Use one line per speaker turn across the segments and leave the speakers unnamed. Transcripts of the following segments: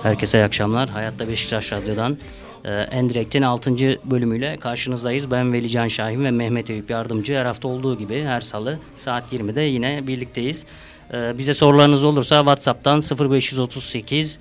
Herkese iyi akşamlar. Hayatta Beşiktaş Radyo'dan Endirekt'in 6. bölümüyle karşınızdayız. Ben Veli Can Şahin ve Mehmet Eyüp Yardımcı. Her hafta olduğu gibi her salı saat 20'de yine birlikteyiz. Bize sorularınız olursa WhatsApp'tan 0538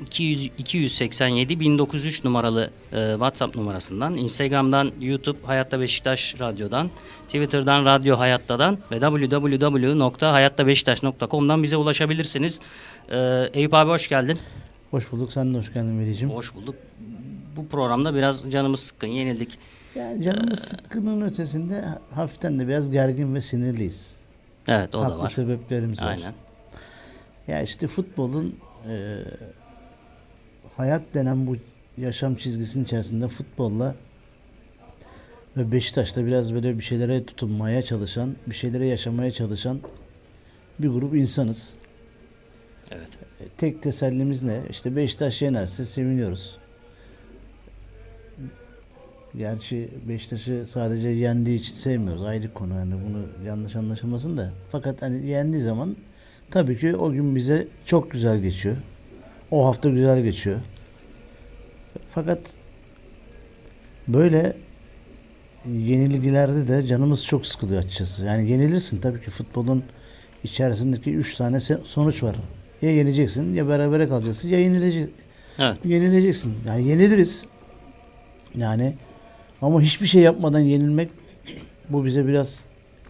287 1903 numaralı WhatsApp numarasından, Instagram'dan, YouTube Hayatta Beşiktaş Radyo'dan, Twitter'dan Radyo Hayatta'dan ve www.hayattabeşiktaş.com'dan bize ulaşabilirsiniz. Eyüp abi hoş geldin.
Hoş bulduk. Sen de hoş geldin Veli'cim.
Hoş bulduk. Bu programda biraz canımız sıkkın, yenildik.
Yani canımız sıkkının ötesinde hafiften de biraz gergin ve sinirliyiz.
Evet, o da var.
Haklı sebeplerimiz var.
Aynen.
Ya işte futbolun hayat denen bu yaşam çizgisinin içerisinde futbolla ve Beşiktaş'ta biraz böyle bir şeylere tutunmaya çalışan, bir şeylere yaşamaya çalışan bir grup insanız.
Evet.
Tek tesellimiz ne? İşte Beşiktaş yenerse seviniyoruz. Gerçi Beşiktaş'ı sadece yendiği için sevmiyoruz. Ayrı konu. Yani bunu yanlış anlaşılmasın da. Fakat hani yendiği zaman tabii ki o gün bize çok güzel geçiyor. O hafta güzel geçiyor. Fakat böyle yenilgilerde de canımız çok sıkılıyor açıkçası. Yani yenilirsin tabii ki, futbolun içerisindeki 3 tane sonuç var. Ya yeneceksin, ya berabere kalacaksın, ya yenileceksin. Yani yeniliriz. Yani ama hiçbir şey yapmadan yenilmek, bu bize biraz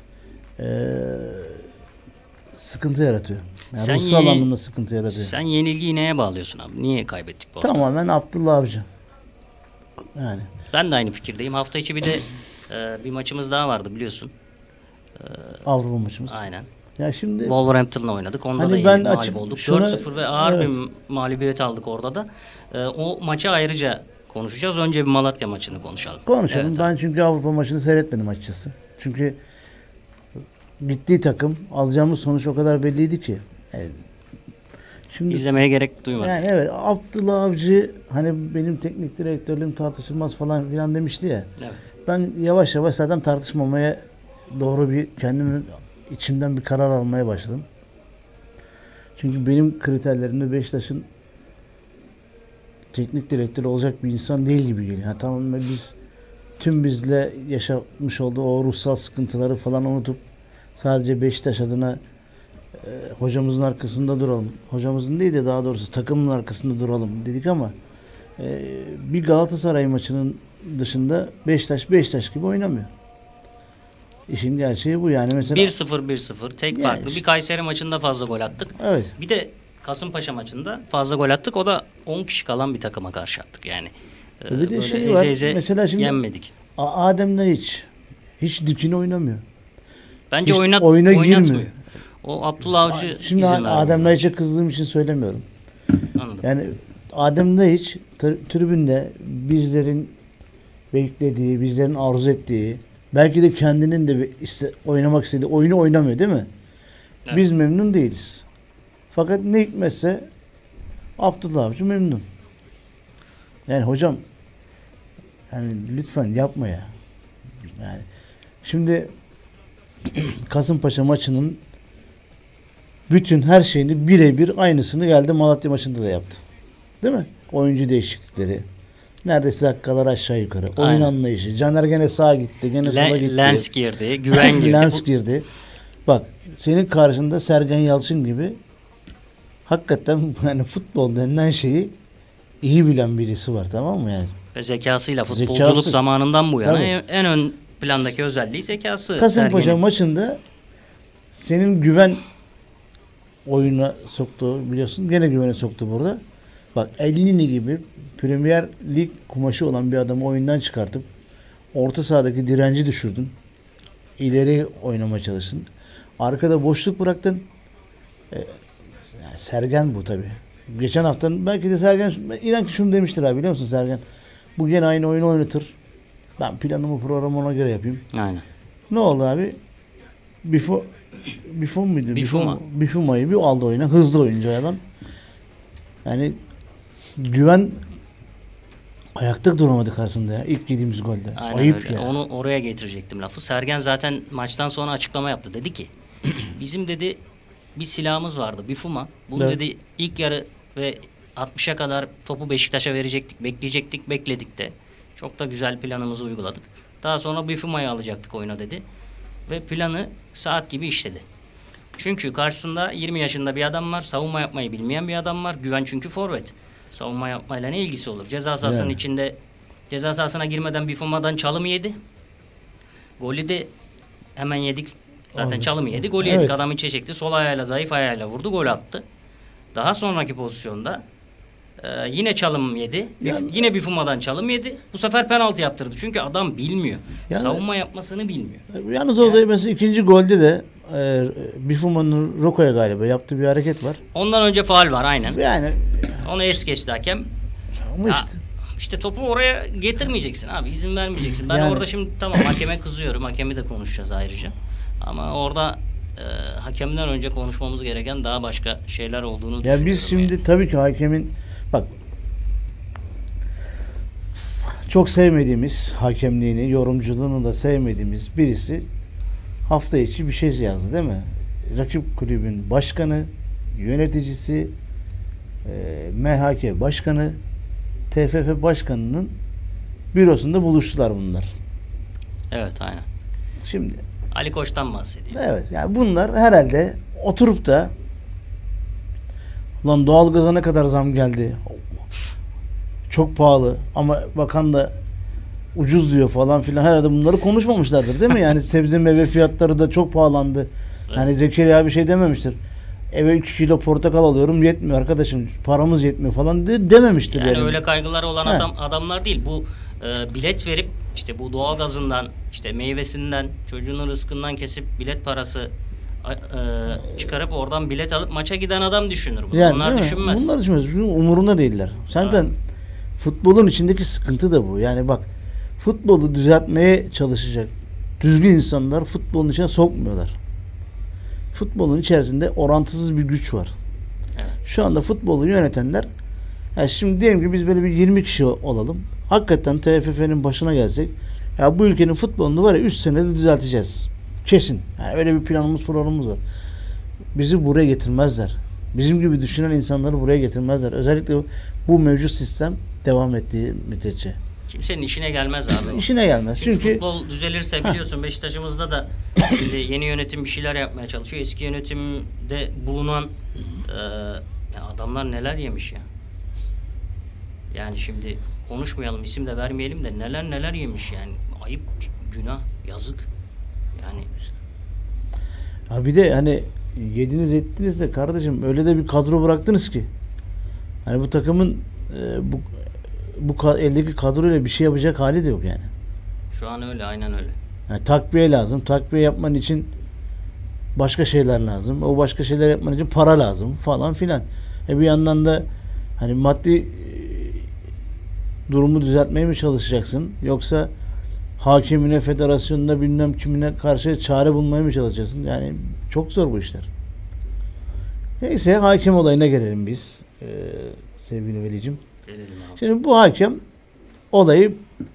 sıkıntı yaratıyor. Yani ruhsal anlamda sıkıntı yaratıyor.
Sen yenilgiyi neye bağlıyorsun abi? Niye kaybettik bu hafta?
Tamamen Abdullah Avcı. Yani.
Ben de aynı fikirdeyim. Hafta içi bir de bir maçımız daha vardı biliyorsun.
Avrupa maçımız.
Aynen.
Ya şimdi
Wolverhampton'la oynadık. Onda
hani
da mağlup olduk. 4-0 ve ağır
evet,
bir mağlubiyet aldık orada da. O maçı ayrıca konuşacağız. Önce bir Malatya maçını konuşalım.
Konuşalım.
Evet,
ben çünkü Avrupa maçını seyretmedim açıkçası. Çünkü gittiği takım, alacağımız sonuç o kadar belliydi ki. Yani
şimdi İzlemeye gerek duymadım.
Yani evet, Abdullah Avcı hani benim teknik direktörlüğüm tartışılmaz falan filan demişti ya.
Evet.
Ben yavaş yavaş zaten tartışmamaya doğru bir kendimin içimden bir karar almaya başladım. Çünkü benim kriterlerimde Beşiktaş'ın teknik direktörü olacak bir insan değil gibi geliyor. Yani tamam, biz tüm bizle yaşamış olduğu o ruhsal sıkıntıları falan unutup sadece Beşiktaş adına hocamızın arkasında duralım. Hocamızın değil de daha doğrusu takımın arkasında duralım dedik ama bir Galatasaray maçının dışında Beşiktaş gibi oynamıyor. İşin gerçeği bu yani. Mesela
1-0 tek farklı. Bir Kayseri maçında fazla gol attık.
Evet.
Bir de Kasımpaşa maçında fazla gol attık. O da 10 kişi kalan bir takıma karşı attık yani.
Bir de şey var. Mesela şimdi
yenmedik.
Adem'le hiç dikine oynamıyor.
Bence
hiç
oynatmıyor. O Abdullah Avcı
şimdi Adem'le hiç kızdığım için söylemiyorum.
Anladım.
Yani Adem'le hiç tribünde bizlerin beklediği, bizlerin arzu ettiği, belki de kendinin de oynamak istediği oyunu oynamıyor değil mi? Evet. Biz memnun değiliz. Fakat ne hikmetse Abdullah Avcı memnun. Yani hocam, yani lütfen yapma ya. Yani şimdi Kasımpaşa maçının bütün her şeyini birebir aynısını geldi Malatya maçında da yaptı. Değil mi? Oyuncu değişiklikleri. Neredeyse dakikalar aşağı yukarı. Aynen. Oyun anlayışı. Caner gene sağa gitti. Gene sola gitti.
Lens girdi. Güven girdi.
Lens girdi. Bak, senin karşında Sergen Yalçın gibi hakikaten yani futbol denilen şeyi iyi bilen birisi var, tamam mı yani?
Ve zekasıyla futbolculuk zamanından bu yana en ön plandaki özelliği zekası.
Kasımpaşa maçında senin güven oyuna soktu biliyorsun. Gene güvene soktu burada. Bak, Elneny gibi Premier Lig kumaşı olan bir adamı oyundan çıkartıp orta sahadaki direnci düşürdün. İleri oynamaya çalıştın. Arkada boşluk bıraktın. Yani Sergen bu tabii. Geçen haftanın belki de Sergen inan ki şunu demiştir abi, biliyor musun Sergen? Bu gene aynı oyunu oynatır. Ben planımı programı ona göre yapayım.
Aynen.
Ne oldu abi? Buffon muydu? Bifuma'yı bir aldı oyuna. Hızlı oyuncu adam. Yani güven ayakta duramadı karşısında ya. İlk yediğimiz golde.
Aynen
ayıp
öyle.
Ya.
Onu oraya getirecektim lafı. Sergen zaten maçtan sonra açıklama yaptı. Dedi ki bizim dedi bir silahımız vardı. Bifuma. Bunu dedi ilk yarı ve 60'a kadar topu Beşiktaş'a verecektik, bekleyecektik, bekledik de. Çok da güzel planımızı uyguladık. Daha sonra Bifuma'yı alacaktık oyuna dedi. Ve planı saat gibi işledi. Çünkü karşısında 20 yaşında bir adam var. Savunma yapmayı bilmeyen bir adam var. Güven çünkü forvet. Savunma yapmayla ne ilgisi olur? Ceza sahasının içinde ceza sahasına girmeden Bifuma'dan çalım yedi. Golü de hemen yedik. Zaten çalım yedi. Golü yedik. Adam içe çekti. Sol ayağıyla, zayıf ayağıyla vurdu. Gol attı. Daha sonraki pozisyonda yine çalım yedi. Yine Bifuma'dan çalım yedi. Bu sefer penaltı yaptırdı. Çünkü adam bilmiyor. Savunma yapmasını bilmiyor.
Yalnız orada mesela ikinci golde de Bifuma'nın Roko'ya galiba yaptığı bir hareket var.
Ondan önce faul var aynen.
Yani
onu es geçti hakem.
ama
İşte topu oraya getirmeyeceksin abi. İzin vermeyeceksin. Ben orada şimdi tamam hakeme kızıyorum. Hakemi de konuşacağız ayrıca. Ama orada hakemden önce konuşmamız gereken daha başka şeyler olduğunu düşünüyorum.
Biz şimdi tabii ki hakemin bak çok sevmediğimiz hakemliğini, yorumculuğunu da sevmediğimiz birisi hafta içi bir şey yazdı değil mi? Rakip kulübün başkanı, yöneticisi, MHK başkanı, TFF başkanının bürosunda buluştular bunlar.
Evet aynen.
Şimdi
Ali Koç'tan bahsediyor.
Evet yani bunlar herhalde oturup da lan doğalgaza ne kadar zam geldi? Çok pahalı ama bakan da ucuz diyor falan filan. Herhalde bunları konuşmamışlardır değil mi? Yani sebze meyve fiyatları da çok pahalandı. Evet. Hani Zekeriya bir şey dememiştir. Eve 2 kilo portakal alıyorum yetmiyor arkadaşım. Paramız yetmiyor falan dememiştir.
Yani öyle kaygıları olan adamlar değil. Bu bilet verip işte bu doğalgazından, işte meyvesinden, çocuğunun rızkından kesip bilet parası çıkarıp oradan bilet alıp maça giden adam düşünür bunu.
Yani,
onlar düşünmez.
Bunlar düşünmez. Çünkü umurunda değiller. Zaten futbolun içindeki sıkıntı da bu. Yani bak futbolu düzeltmeye çalışacak düzgün insanlar futbolun içine sokmuyorlar. Futbolun içerisinde orantısız bir güç var.
Evet.
Şu anda futbolu yönetenler yani şimdi diyelim ki biz böyle bir 20 kişi olalım. Hakikaten TFF'nin başına gelsek ya bu ülkenin futbolunu var ya 3 senede düzelteceğiz. Kesin. Yani öyle bir planımız programımız var. Bizi buraya getirmezler. Bizim gibi düşünen insanları buraya getirmezler. Özellikle bu mevcut sistem devam ettiği müddetçe.
Kimsenin işine gelmez abi.
İşine gelmez. Çünkü
futbol düzelirse biliyorsun Beşiktaş'ımızda da şimdi yeni yönetim bir şeyler yapmaya çalışıyor. Eski yönetimde bulunan adamlar neler yemiş ya. Yani şimdi konuşmayalım, isim de vermeyelim de neler yemiş yani. Ayıp, günah, yazık. Yani
ha bir de hani yediniz ettiniz de kardeşim öyle de bir kadro bıraktınız ki. Hani bu takımın bu eldeki kadroyla bir şey yapacak hali de yok yani.
Şu an öyle, aynen öyle.
Yani takviye lazım. Takviye yapman için başka şeyler lazım. O başka şeyler yapman için para lazım falan filan. Bir yandan da hani maddi durumu düzeltmeye mi çalışacaksın? Yoksa hakimine, federasyonuna bilmem kimine karşı çare bulmaya mı çalışacaksın? Yani çok zor bu işler. Neyse hakem olayına gelelim biz. Sevgili Veli'cim. Şimdi bu hakem olayı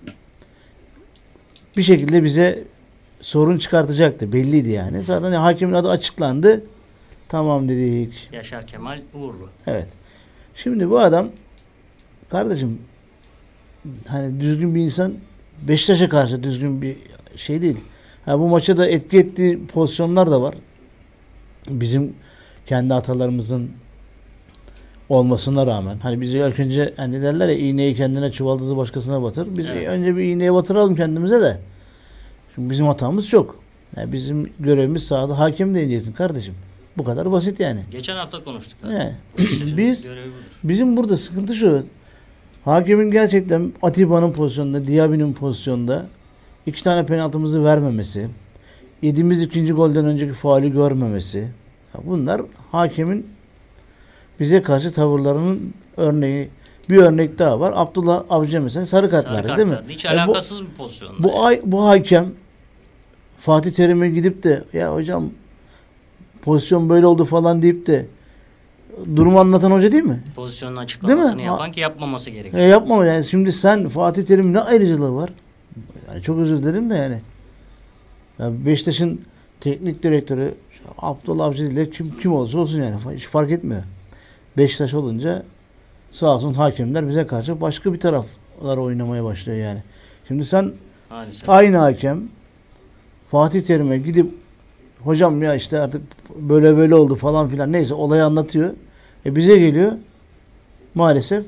bir şekilde bize sorun çıkartacaktı. Belliydi yani. Zaten hakemin adı açıklandı. Tamam dedik.
Yaşar Kemal Uğurlu.
Evet. Şimdi bu adam kardeşim hani düzgün bir insan Beşiktaş'a karşı düzgün bir şey değil. Bu maça da etki ettiği pozisyonlar da var. Bizim kendi hatalarımızın olmasına rağmen. Hani biz ilk önce hani derler ya iğneyi kendine çuvaldızı başkasına batır. Biz önce bir iğneye batıralım kendimize de. Şimdi bizim hatamız çok. Yani bizim görevimiz sahada hakem diyeceksin kardeşim. Bu kadar basit yani.
Geçen hafta konuştuk.
Yani. Bizim burada sıkıntı şu. Hakemin gerçekten Atiba'nın pozisyonunda, Diaby'nin pozisyonunda 2 tane penaltımızı vermemesi, yediğimiz ikinci golden önceki faulü görmemesi. Bunlar hakemin bize karşı tavırlarının örneği. Bir örnek daha var. Abdullah Avcı'ya mesela sarı kart verdi değil mi?
Hiç alakasız bir pozisyon.
Bu hakem Fatih Terim'e gidip de ya hocam pozisyon böyle oldu falan deyip de durumu anlatan hoca değil mi?
Pozisyonun açıklamasını yapan ki yapmaması gerekiyor.
Yapmama yani. Şimdi sen Fatih Terim ne ayrıcalığı var? Yani çok özür dilerim de yani. Ya Beşiktaş'ın teknik direktörü Abdullah Avcı ile kim olursa olsun yani hiç fark etmiyor. Beşiktaş olunca Sağ olsun hakemler bize karşı başka bir taraflar oynamaya başlıyor yani. Şimdi sen
Maalesef.
aynı hakem Fatih Terim'e gidip hocam ya işte artık böyle böyle oldu falan filan neyse olayı anlatıyor. Bize geliyor. Maalesef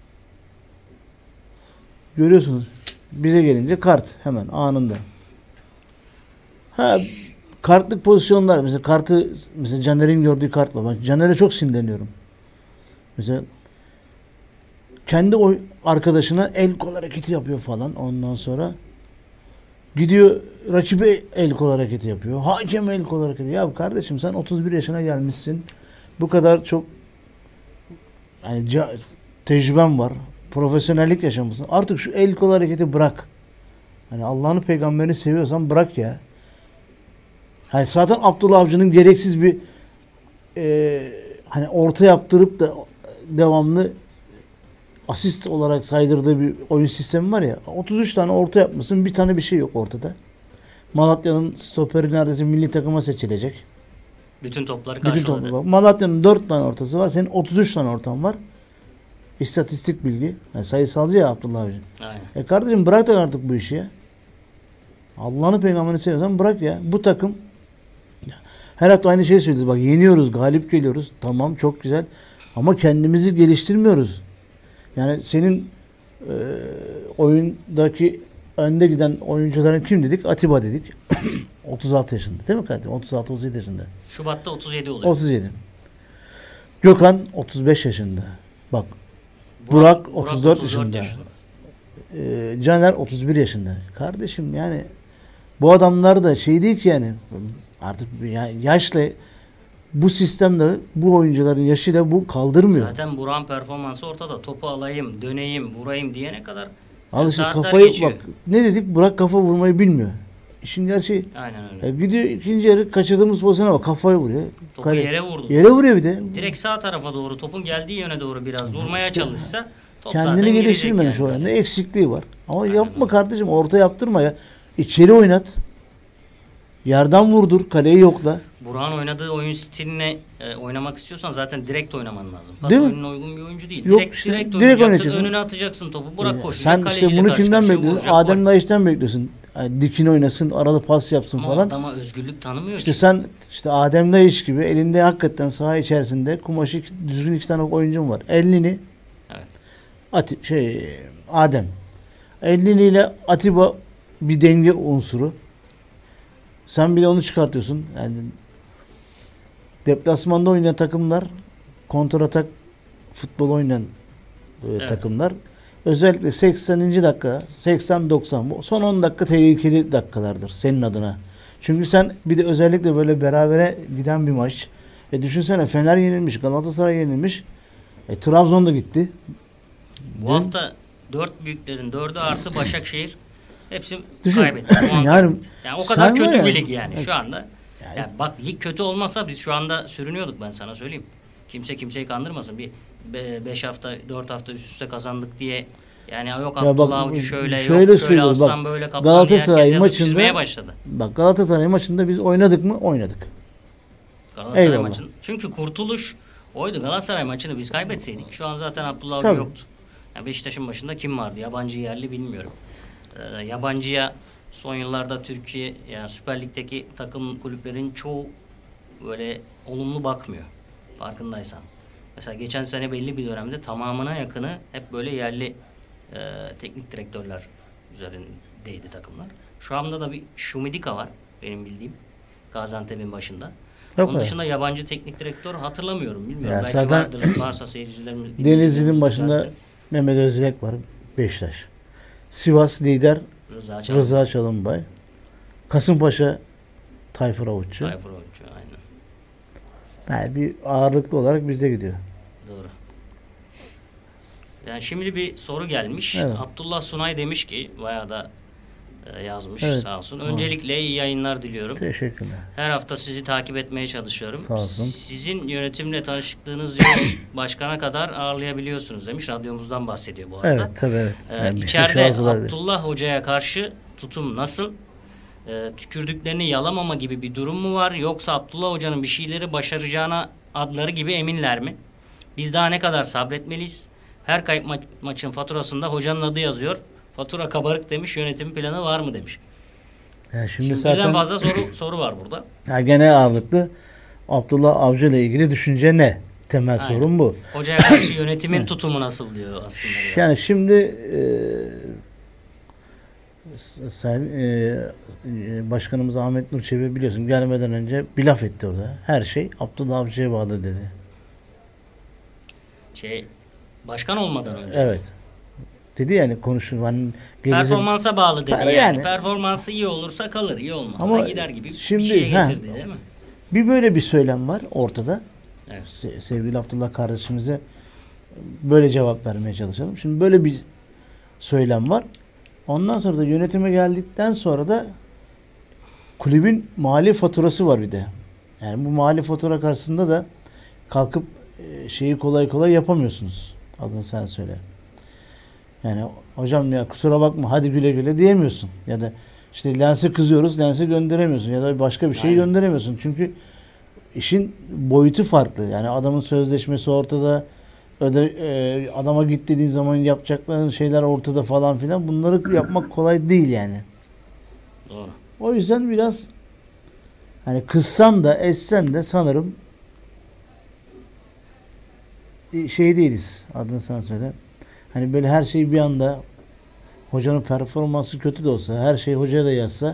görüyorsunuz. Bize gelince kart hemen anında. Kartlık pozisyonlar mesela mesela Caner'in gördüğü kart var. Ben Caner'e çok sinirleniyorum. Mesela kendi arkadaşına el kol hareketi yapıyor falan. Ondan sonra gidiyor rakibe el kol hareketi yapıyor. Hakem el kol hareketi. Ya kardeşim sen 31 yaşına gelmişsin. Bu kadar çok yani tecrüben var. Profesyonellik yaşamışsın. Artık şu el kol hareketi bırak. Hani Allah'ını peygamberini seviyorsan bırak ya. Hani zaten Abdullah Avcı'nın gereksiz bir hani orta yaptırıp da devamlı asist olarak saydırdığı bir oyun sistemi var ya. 33 tane orta yapmışsın. Bir tane bir şey yok ortada. Malatya'nın stoperi neredeyse milli takıma seçilecek.
Bütün topları
Bütün
karşıladı.
topları. Malatya'nın 4 tane ortası var. Senin 33 tane ortan var. İstatistik bilgi. Yani sayısalcı ya Abdullah Avcı.
Aynen.
Kardeşim bırak da artık bu işi ya. Allah'ını peygamberini seviyorsan bırak ya. Bu takım her hafta aynı şeyi söylüyoruz. Bak yeniyoruz, galip geliyoruz. Tamam çok güzel. Ama kendimizi geliştirmiyoruz. Yani senin oyundaki önde giden oyuncuların kim dedik? Atiba dedik. 36 yaşında değil mi kardeşim? 36-37 yaşında.
Şubat'ta 37 oluyor.
37. Gökhan 35 yaşında. Bak Burak 34 yaşında. Caner 31 yaşında. Kardeşim yani bu adamlar da şey değil ki yani artık yaşla bu sistemde bu oyuncuların yaşıyla bu kaldırmıyor.
Zaten Burak'ın performansı ortada. Topu alayım, döneyim, vurayım diyene kadar
Alışık
saatler
kafayı
geçiyor.
bak. Ne dedik? Burak kafa vurmayı bilmiyor. İşin gerçeği.
Aynen öyle.
Gidiyor ikinci yarı kaçırdığımız pozisyona bak kafayı vuruyor.
Topu yere vurdu.
Yere vuruyor bir de.
Direkt sağ tarafa doğru, topun geldiği yöne doğru biraz vurmaya
İşte
çalışsa top zaten
kendini
girecek
geliştirmemiş
yani.
o yönde. Eksikliği var. Ama
Aynen
yapma
öyle.
kardeşim. Orta yaptırma ya. İçeri oynat. Yerden vurdur. Kaleyi yokla.
Burak'ın oynadığı oyun stiline oynamak istiyorsan zaten direkt oynaman lazım. Pas
Değil mi?
oyununa uygun bir oyuncu değil.
Yok
direkt
işte,
direkt
direkt
oynayacaksın,
oynayacaksın.
önüne atacaksın topu. Burak koşacak,
Sen
kaleciyle
işte bunu
karşı
kimden
karşıya
bekliyorsun?
vuracak,
Adem
gol.
Laiç'ten bekliyorsun. Yani dikin oynasın, arada pas yapsın
Ama
falan.
adama özgürlük tanımıyor
İşte
ki.
sen Adem Laiç gibi elinde hakikaten saha içerisinde kumaşı düzgün iki tane oyuncun var. Elnini
Evet.
Adem. Elnini ile Atiba bir denge unsuru. Sen bile onu çıkartıyorsun. Yani deplasmanda oynayan takımlar kontratak futbol oynayan
Evet.
takımlar özellikle 80. dakika 80-90 son 10 dakika tehlikeli dakikalardır senin adına. Çünkü sen bir de özellikle böyle berabere giden bir maç. Düşünsene Fener yenilmiş, Galatasaray yenilmiş. Trabzon da gitti.
Bu hafta 4 büyüklerin 4'ü artı Başakşehir hepsi
Düşün.
kaybetti. Puan
Yani
kaybetti. Yani o kadar
sen
kötü
var
bir
ya,
lig yani şu anda. Yani bak lig kötü olmasa biz şu anda sürünüyorduk, ben sana söyleyeyim. Kimse kimseyi kandırmasın. Bir 5 hafta 4 hafta üst üste kazandık diye yani yok
Ya bak,
Abdullah Avcı şöyle yok
şöyle
şöyle
söylüyorum,
aslan
bak,
böyle kaplan
Galatasaray
diye herkes yazıp
maçında-
çizmeye başladı.
Bak Galatasaray maçında biz oynadık mı? Oynadık.
Galatasaray
Eyvallah.
maçın. Çünkü kurtuluş oydu. Galatasaray maçını biz kaybetseydik şu an zaten Abdullah Avcı
Tabii.
yoktu. Yani Beşiktaş'ın başında kim vardı? Yabancı yerli bilmiyorum. Yabancıya son yıllarda Türkiye yani Süper Lig'deki takım kulüplerin çoğu böyle olumlu bakmıyor. Farkındaysan. Mesela geçen sene belli bir dönemde tamamına yakını hep böyle yerli teknik direktörler üzerindeydi takımlar. Şu anda da bir Şumidika var benim bildiğim. Gaziantep'in başında.
Yok
Onun
öyle.
dışında yabancı teknik direktör hatırlamıyorum. Bilmiyorum.
Ya
Belki
zaten
vardır. Varsa seyircilerimiz
Denizli'nin başında
düzeltsin.
Mehmet Özdilek var. Beşiktaş. Sivas lider
Rıza Çalın.
Rıza Çalınbay. Kasımpaşa Tayfur Avutçu.
Tayfur oyuncu aynen.
Yani bir ağırlıklı olarak bizde gidiyor.
Doğru. Yani şimdi bir soru gelmiş.
Evet.
Abdullah Sunay demiş ki bayağı da yazmış
Evet.
sağ olsun. Öncelikle iyi yayınlar diliyorum.
Teşekkürler.
Her hafta sizi takip etmeye çalışıyorum.
Sağ olsun.
Sizin yönetimle tanıştığınız yıl başkana kadar ağırlayabiliyorsunuz demiş. Radyomuzdan bahsediyor bu arada.
Evet tabii evet. Yani
İçeride
şu arzular-
Abdullah Hoca'ya karşı tutum nasıl? Tükürdüklerini yalamama gibi bir durum mu var? Yoksa Abdullah Hoca'nın bir şeyleri başaracağına adları gibi eminler mi? Biz daha ne kadar sabretmeliyiz? Her kayıp maçın faturasında hocanın adı yazıyor. Fatura kabarık demiş, yönetim planı var mı demiş.
Yani şimdi
Şimdi
zaten
birden fazla soru var burada.
ya genel ağırlıklı Abdullah Avcı ile ilgili düşünce ne? Temel
Aynen.
sorun bu.
Hocaya karşı yönetimin tutumu nasıl diyor aslında. Biraz.
Yani şimdi Başkanımız Ahmet Nur Çebi biliyorsun gelmeden önce bir laf etti orada. Her şey Abdullah Avcı'ya bağlı dedi.
Başkan olmadan önce.
Evet. Dedi yani konuşun. Hani
Performansa bağlı dedi yani.
Yani.
Performansı iyi olursa kalır, iyi olmazsa
Ama
gider gibi
şimdi,
bir şeye getirdi değil mi?
Bir böyle bir söylem var ortada.
Evet.
Sevgili Abdullah kardeşimize böyle cevap vermeye çalışalım. Şimdi böyle bir söylem var. Ondan sonra da yönetime geldikten sonra da kulübün mali faturası var bir de. Yani bu mali fatura karşısında da kalkıp şeyi kolay kolay yapamıyorsunuz. Adını sen söyle. Yani hocam ya kusura bakma hadi güle güle diyemiyorsun. Ya da işte Lens'e kızıyoruz, Lens'e gönderemiyorsun. Ya da başka bir şeyi gönderemiyorsun. Çünkü işin boyutu farklı. Yani adamın sözleşmesi ortada. Adama git dediğin zaman yapacakların şeyler ortada falan filan. Bunları yapmak kolay değil yani.
Doğru.
O yüzden biraz hani kızsan da essen de sanırım şey değiliz. Adını sen söyle. Hani böyle her şey bir anda hocanın performansı kötü de olsa her şey hocaya da yazsa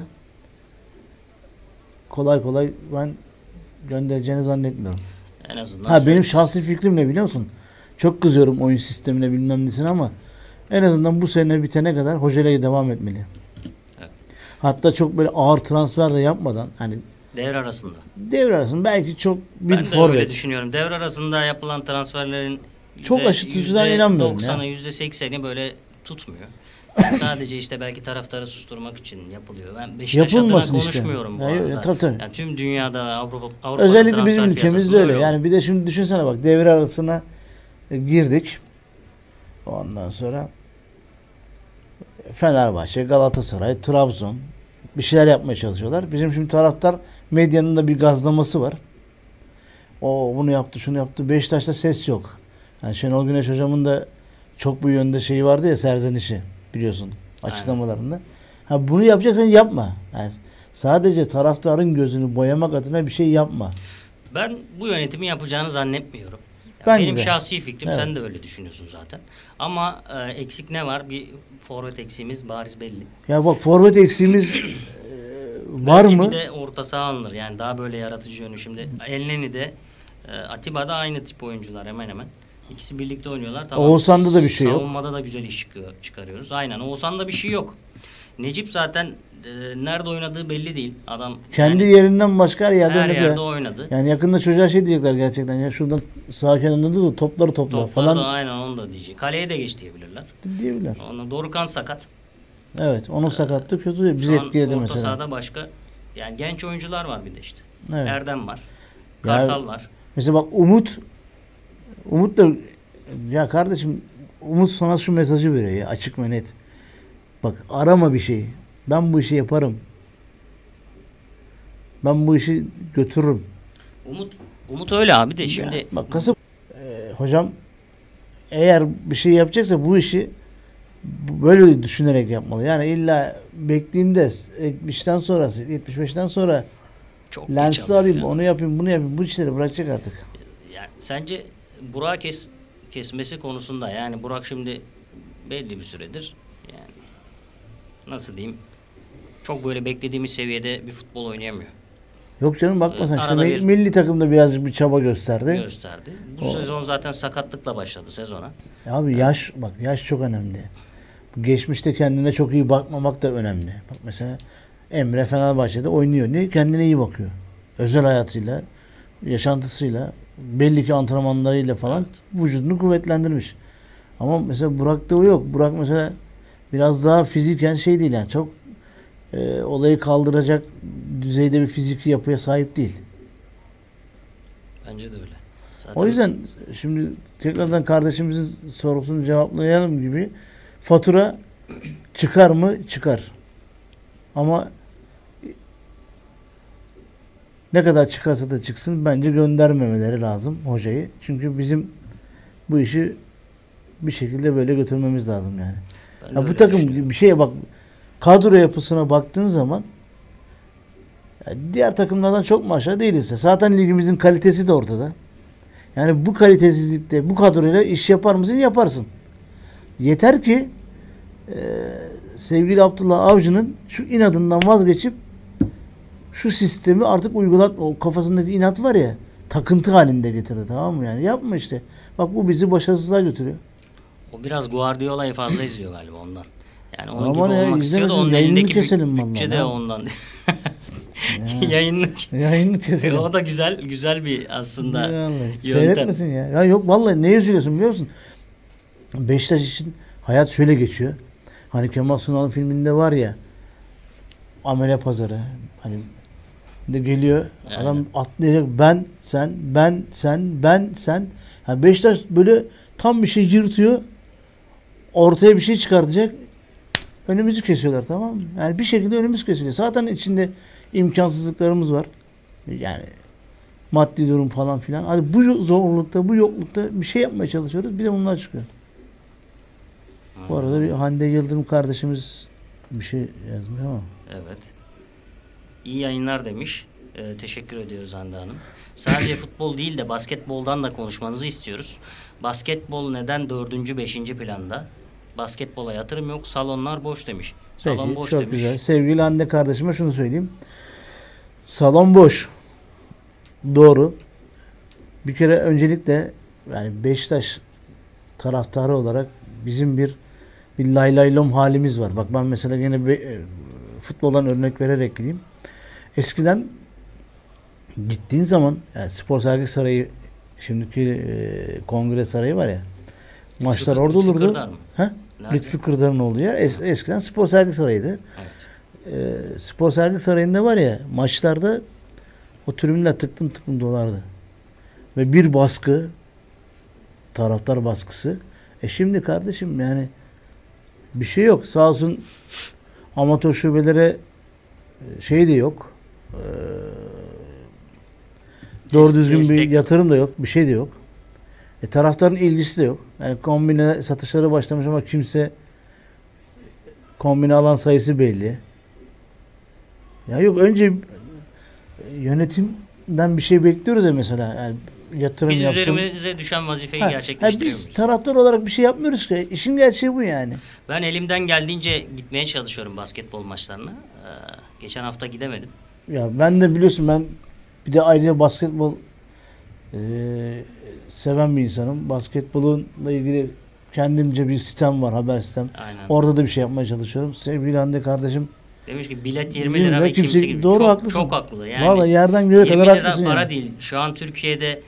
kolay kolay ben göndereceğini zannetmiyorum.
En azından
benim şahsi fikrim ne biliyor musun? Çok kızıyorum oyun sistemine bilmem nesine ama en azından bu sene bitene kadar hocayla devam etmeli.
Evet.
Hatta çok böyle ağır transfer de yapmadan hani
devre arasında
belki çok bir
ben de
forvet.
öyle düşünüyorum. Devre arasında yapılan transferlerin
çok aşırtıcıdan inanmıyorum ya.
%90'ı %80'i böyle tutmuyor. Sadece işte belki taraftarı susturmak için yapılıyor. Ben Beşiktaş adına konuşmuyorum bu arada.
Tabii.
Yani tüm dünyada Avrupa'da
özellikle bizim ülkemizde öyle.
oldu.
Yani bir de şimdi düşünsene bak devre arasına girdik. Ondan sonra Fenerbahçe, Galatasaray, Trabzon bir şeyler yapmaya çalışıyorlar. Bizim şimdi taraftar medyanın da bir gazlaması var. O bunu yaptı, şunu yaptı. Beşiktaş'ta ses yok. Yani Şenol Güneş hocamın da çok bu yönde şeyi vardı ya serzenişi biliyorsun açıklamalarında. Bunu yapacaksan yapma. Yani sadece taraftarın gözünü boyamak adına bir şey yapma.
Ben bu yönetimi yapacağını zannetmiyorum.
Benim
şahsi fikrim,
evet.
Sen de öyle düşünüyorsun zaten. Ama eksik ne var? Bir forvet eksiğimiz bariz belli.
Ya bak forvet eksiğimiz var
belki
mı?
Bir de orta saha alınır. Yani daha böyle yaratıcı yönü. Şimdi Elneny de Atiba da aynı tip oyuncular hemen hemen. İkisi birlikte oynuyorlar. Tamam.
Oğuzhan'da da bir şey yok.
Savunmada da güzel iş çıkarıyoruz. Aynen. Oğuzhan'da bir şey yok. Necip zaten nerede oynadığı belli değil. Adam
kendi yerinden başka her yerde
her
oynadı.
yerde oynadı.
Yani yakında çocuğa şey diyecekler gerçekten ya şuradan sağ kenarında da topları topla falan.
Da aynen onu da diyecek. Kaleye de geç diyebilirler.
Diyebilirler.
Dorukhan sakat.
Evet, onun sakatlığı kötü. Bizi etkiledi
orta
mesela.
Orta sahada başka yani genç oyuncular var bir de işte.
Evet.
Erdem var. Kartal var.
Mesela bak Umut da ya kardeşim Umut sana şu mesajı veriyor ya açık ve net. Bak arama bir şey. Ben bu işi yaparım. Ben bu işi götürürüm.
Umut öyle abi de şimdi.
Ya, bak Kasım hocam eğer bir şey yapacaksa bu işi böyle düşünerek yapmalı. Yani illa bekleyeyim de 70'ten sonra 75'ten sonra
çok
Lens'i alayım, onu yapayım, bunu yapayım. Bu işleri bırakacak artık.
Yani sence Burak kesmesi konusunda yani Burak şimdi belli bir süredir yani nasıl diyeyim çok böyle beklediğimiz seviyede bir futbol oynayamıyor.
Yok canım bakma sen işte milli takımda birazcık bir çaba gösterdi.
Bu sezon zaten sakatlıkla başladı sezona.
Abi yaş çok önemli. Geçmişte kendine çok iyi bakmamak da önemli. Bak mesela Emre Fenerbahçe'de oynuyor. Niye? Kendine iyi bakıyor. Özel hayatıyla, yaşantısıyla, belli ki antrenmanlarıyla falan vücudunu kuvvetlendirmiş. Ama mesela Burak'ta o yok. Burak mesela biraz daha fiziken şey değil yani çok olayı kaldıracak düzeyde bir fiziki yapıya sahip değil.
Bence de öyle. Zaten
o yüzden şimdi tekrardan kardeşimizin sorusunu cevaplayalım gibi fatura çıkar mı? Çıkar. Ama ne kadar çıkarsa da çıksın bence göndermemeleri lazım hocayı. Çünkü bizim bu işi bir şekilde böyle götürmemiz lazım yani.
Ben de
Ya bu
öyle
takım
düşünüyorum.
bir şeye bak, kadro yapısına baktığın zaman ya diğer takımlardan çok mu aşağı değiliz. Zaten ligimizin kalitesi de ortada. Yani bu kalitesizlikte bu kadroyla iş yapar mısın? Yaparsın. Yeter ki sevgili Abdullah Avcı'nın şu inadından vazgeçip şu sistemi artık uygulat, o kafasındaki inat var ya, takıntı halinde getirdi, tamam mı yani? Yapma işte. Bak bu bizi başarısızlığa götürüyor.
O biraz Guardiola'yı fazla izliyor galiba ondan. Yani onun
Aman
gibi
ya,
olmak istiyor da
izlemesin,
onun
yayınını
elindeki
keselim vallahi,
bütçe de
ha.
ondan.
Ya.
Yayınını
Yayını keselim.
o da güzel bir aslında
Vallahi.
yöntem.
Seyretmesin ya. Ya yok vallahi, ne üzülüyorsun biliyor musun? Beşiktaş için hayat şöyle geçiyor. Hani Kemal Sunal'ın filminde var ya, amele pazarı. Hani de geliyor
Yani.
adam atlayacak, ben sen. Yani Beşiktaş böyle tam bir şey yırtıyor. Ortaya bir şey çıkartacak. Önümüzü kesiyorlar, tamam mı? Yani bir şekilde önümüz kesiliyor. Zaten içinde imkansızlıklarımız var. Yani maddi durum falan filan. Hadi bu zorlukta, bu yoklukta bir şey yapmaya çalışıyoruz. Bir de bunlar çıkıyor. Bu arada bir Hande Yıldırım kardeşimiz bir şey yazmış ama.
Evet. İyi yayınlar demiş. Teşekkür ediyoruz Hande Hanım. Sadece futbol değil de basketboldan da konuşmanızı istiyoruz. Basketbol neden 4. 5. planda? Basketbola yatırım yok, salonlar boş demiş. Salon
Peki,
boş
çok
demiş.
güzel. Sevgili Hande kardeşime şunu söyleyeyim. Salon boş. Doğru. Bir kere öncelikle yani Beşiktaş taraftarı olarak bizim bir lay lay lom halimiz var. Bak ben mesela yine futboldan örnek vererek gideyim. Eskiden gittiğin zaman yani Spor Sergi Sarayı, şimdiki Kongre Sarayı var ya, maçlar orada
Lütfü
olurdu.
Kırdar mı?
Ha?
Nerede?
Lütfü Kırdar'ın olduğu yer. Eskiden Spor Sergi Sarayı'ydı. Spor Sergi Sarayı'nda var ya, maçlarda o tribünler tıklım tıklım dolardı. Ve bir baskı, taraftar baskısı. Şimdi kardeşim yani bir şey yok. Sağ olsun amatör şubelere şey de yok. Doğru düzgün bir
destek
yatırım da yok. Bir şey de yok. Taraftarın ilgisi de yok. Yani kombine satışları başlamış ama kimse, kombine alan sayısı belli. Ya yok, önce yönetimden bir şey bekliyoruz ya mesela. Yani yatırım
Biz
yapsın.
üzerimize düşen vazifeyi
Ha,
gerçekleştiriyoruz.
biz taraftar olarak bir şey yapmıyoruz ki. İşin gerçeği bu yani.
Ben elimden geldiğince gitmeye çalışıyorum basketbol maçlarına. Geçen hafta gidemedim.
Ya ben de biliyorsun, ben bir de ayrıca basketbol seven bir insanım. Basketbolunla ilgili kendimce bir sitem var, haber sitem.
Aynen.
Orada da bir şey yapmaya çalışıyorum. Sevgili Hande kardeşim.
Demiş ki bilet 20 lira ve
kimse,
kimse gibi.
doğru,
Çok,
haklısın.
çok haklı. Yani
Vallahi yerden göğe
20
kadar
lira
haklısın
para
yani.
değil. Şu an Türkiye'de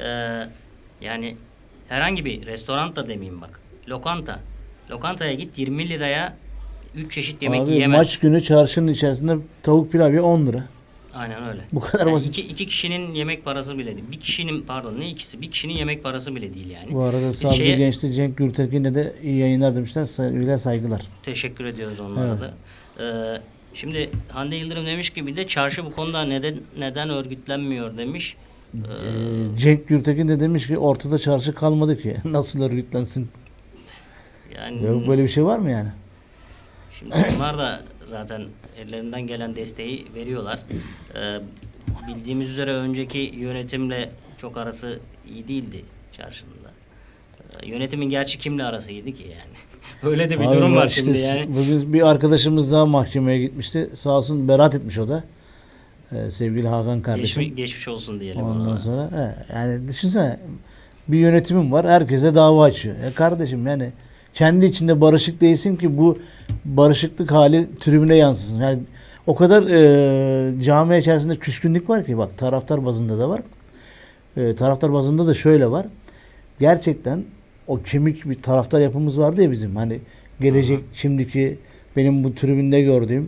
yani herhangi bir restoran da demeyeyim bak. Lokanta. Lokantaya git 20 liraya 3 çeşit yemek
Abi,
yiyemezsin.
maç günü çarşının içerisinde tavuk pilav ye 10 lira.
Aynen öyle.
Bu kadar
Yani
basit.
iki kişinin yemek parası bile değil. Bir kişinin, pardon, ne ikisi? Bir kişinin yemek parası bile değil yani.
Bu arada
Bir
Sabri Genç'te Cenk Gürtekin'e de iyi yayınlar demişler. Saygıyla saygılar.
Teşekkür ediyoruz onlara
Evet.
da. Şimdi Hande Yıldırım demiş ki bir de çarşı bu konuda neden örgütlenmiyor demiş.
Cenk Gürtekin de demiş ki ortada çarşı kalmadı ki. Nasıl örgütlensin?
Yani
Yok, böyle bir şey var mı yani?
şimdi onlar da zaten ellerinden gelen desteği veriyorlar. Bildiğimiz üzere önceki yönetimle çok arası iyi değildi çarşının da. Yönetimin gerçi kimle arası iyiydi ki yani. Öyle de bir
Abi
durum
bak
var
işte,
şimdi yani.
bugün bir arkadaşımız daha mahkemeye gitmişti. Sağ olsun beraat etmiş o da. Sevgili Hakan kardeşim.
Geçmiş olsun diyelim
Ondan
ona.
sonra yani düşünsene, bir yönetimim var, herkese dava açıyor. Kardeşim yani kendi içinde barışık değilsin ki bu barışıklık hali tribüne yansısın. Yani o kadar cami içerisinde küskünlük var ki, bak taraftar bazında da var. Taraftar bazında da şöyle var. Gerçekten o kemik bir taraftar yapımız vardı ya bizim. Hani gelecek, şimdiki benim bu tribünde gördüğüm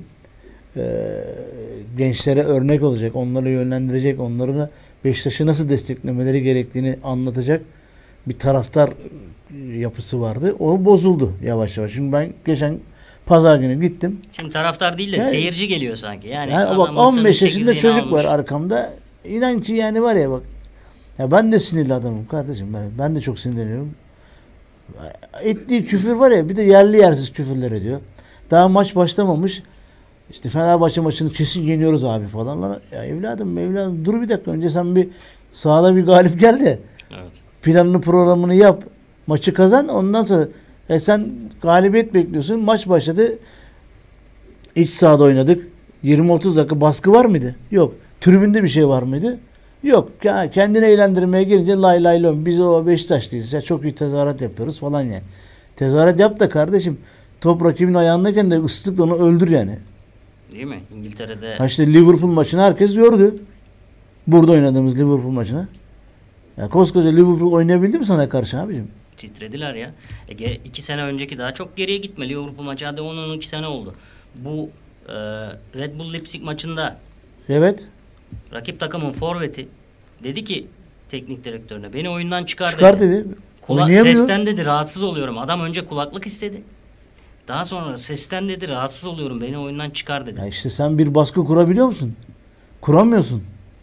gençlere örnek olacak, onları yönlendirecek, onları Beşiktaş'ı nasıl desteklemeleri gerektiğini anlatacak bir taraftar yapısı vardı. O bozuldu yavaş yavaş. Şimdi ben geçen pazar günü gittim.
Şimdi taraftar değil de
Yani-
seyirci geliyor sanki. Yani
Yani bak,
adam
15
mısırın
yaşında
çekirdeğini
çocuk var
almış.
arkamda. İnan ki yani var ya bak. Ya ben de sinirli adamım kardeşim. Ben de çok sinirleniyorum. Ettiği küfür var ya, bir de yerli yersiz küfürler ediyor. Daha maç başlamamış. İşte Fenerbahçe maçını kesin yeniyoruz abi falan. Lan, ya evladım dur bir dakika, önce sen bir sahada bir galip gel de
Evet.
planını programını yap. Maçı kazan, ondan sonra sen galibiyet bekliyorsun. Maç başladı. İç sahada oynadık. 20-30 dakika baskı var mıydı? Yok. Tribünde bir şey var mıydı? Yok. Kendini eğlendirmeye gelince lay lay lom. Biz o Beşiktaşlıyız. Ya çok iyi tezahürat yapıyoruz falan yani. Tezahürat yap da kardeşim, top rakibin ayağındayken de ıslıkla onu öldür yani.
Değil mi? İngiltere'de
Ha işte Liverpool maçını herkes gördü. Burada oynadığımız Liverpool maçını. Ya koskoca Liverpool oynayabildi mi sana karşı abicim?
titrediler ya. 2 sene önceki daha çok geriye gitme. Liverpool maçı hadi 10-12 sene oldu. Bu Red Bull Leipzig maçında
Evet.
rakip takımın forveti dedi ki teknik direktörüne, beni oyundan çıkar
dedi.
Sesten dedi rahatsız oluyorum. Adam önce kulaklık istedi. Daha sonra sesten dedi rahatsız oluyorum, beni oyundan çıkar dedi.
Ya işte sen bir baskı kurabiliyor musun? Kuramıyorsun.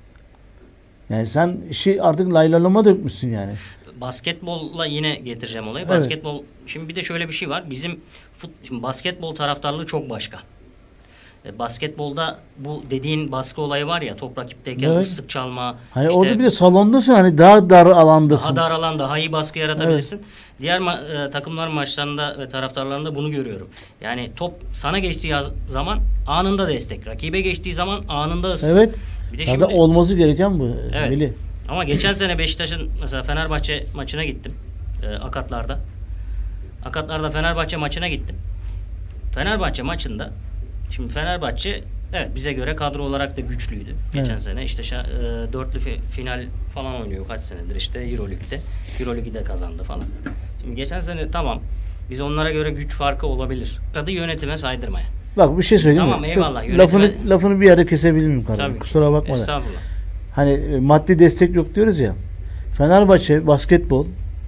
Yani sen işi artık laylalama dökmüşsün yani.
Basketbolla yine getireceğim olayı.
Evet.
Basketbol, şimdi bir de şöyle bir şey var. Şimdi basketbol taraftarlığı çok başka. Basketbolda bu dediğin baskı olayı var ya, top rakipteyken
Evet.
ıslık çalma.
Hani
işte
orada bir de salondasın, hani daha dar alandasın.
daha dar alan, daha iyi baskı yaratabilirsin. Diğer takımların maçlarında ve taraftarlarında bunu görüyorum. Yani top sana geçtiği zaman anında destek. Rakibe geçtiği zaman anında ıslık.
Evet.
Bir de
Ya
şimdi
da olması gereken bu.
Evet.
Veli.
Ama geçen sene Beşiktaş'ın mesela Fenerbahçe maçına gittim. Akatlar'da. Akatlar'da Fenerbahçe maçına gittim. Fenerbahçe maçında, şimdi Fenerbahçe evet bize göre kadro olarak da güçlüydü. Geçen sene işte dörtlü final falan oynuyor kaç senedir işte Euroleague'de. Euroleague'i de kazandı falan. Şimdi geçen sene tamam, biz onlara göre güç farkı olabilir. Tadı yönetime saydırmaya.
Bak bir şey söyleyeyim
Tamam,
mi?
eyvallah,
Lafını bir yere kesebilir miyim kardeşim?
Tabii ki.
Kusura bakma da.
Estağfurullah.
Hani maddi destek yok diyoruz ya. Fenerbahçe basketbol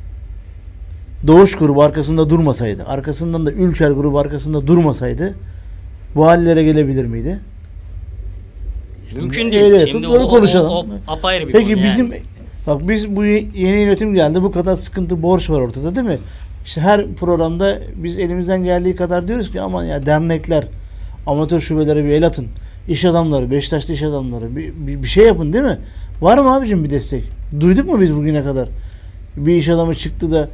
Doğuş grubu arkasında durmasaydı, arkasından da Ülker grubu arkasında durmasaydı bu hallere gelebilir miydi?
Mümkün değil.
Evet,
Şimdi
doğru konuşalım.
o apayrı bir
Peki
konu
bizim
yani.
bak biz bu yeni yönetim geldi, bu kadar sıkıntı, borç var ortada değil mi? İşte her programda biz elimizden geldiği kadar diyoruz ki aman ya dernekler, amatör şubelere bir el atın. İş adamları, Beşiktaşlı iş adamları bir şey yapın değil mi? Var mı abicim bir destek? Duyduk mu biz bugüne kadar? Bir iş adamı çıktı da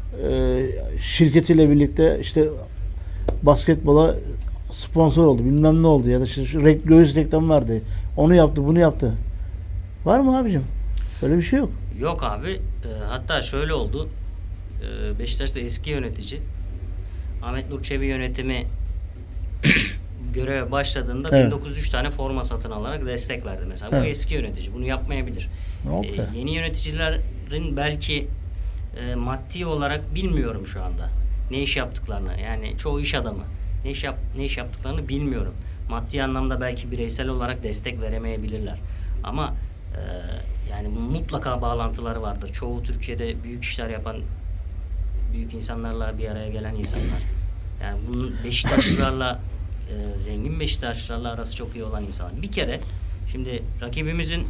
şirketiyle birlikte işte basketbola sponsor oldu, bilmem ne oldu ya da göğüs reklamı vardı. Onu yaptı, bunu yaptı. Var mı abicim? Böyle bir şey yok.
Yok abi. Hatta şöyle oldu. Beşiktaş'ta eski yönetici Ahmet Nur Çebi yönetimi göreve başladığında
Evet.
1903 tane forma satın alarak destek verdi mesela. Bu
Evet.
eski yönetici. Bunu yapmayabilir.
Okay.
Yeni yöneticilerin belki maddi olarak bilmiyorum şu anda ne iş yaptıklarını. Yani çoğu iş adamı ne iş yaptıklarını bilmiyorum. Maddi anlamda belki bireysel olarak destek veremeyebilirler. Ama yani mutlaka bağlantıları vardır. Çoğu Türkiye'de büyük işler yapan büyük insanlarla bir araya gelen insanlar. Yani bunun Beşiktaşlılarla zengin Beşiktaşlılarla arası çok iyi olan insanlar. Bir kere şimdi rakibimizin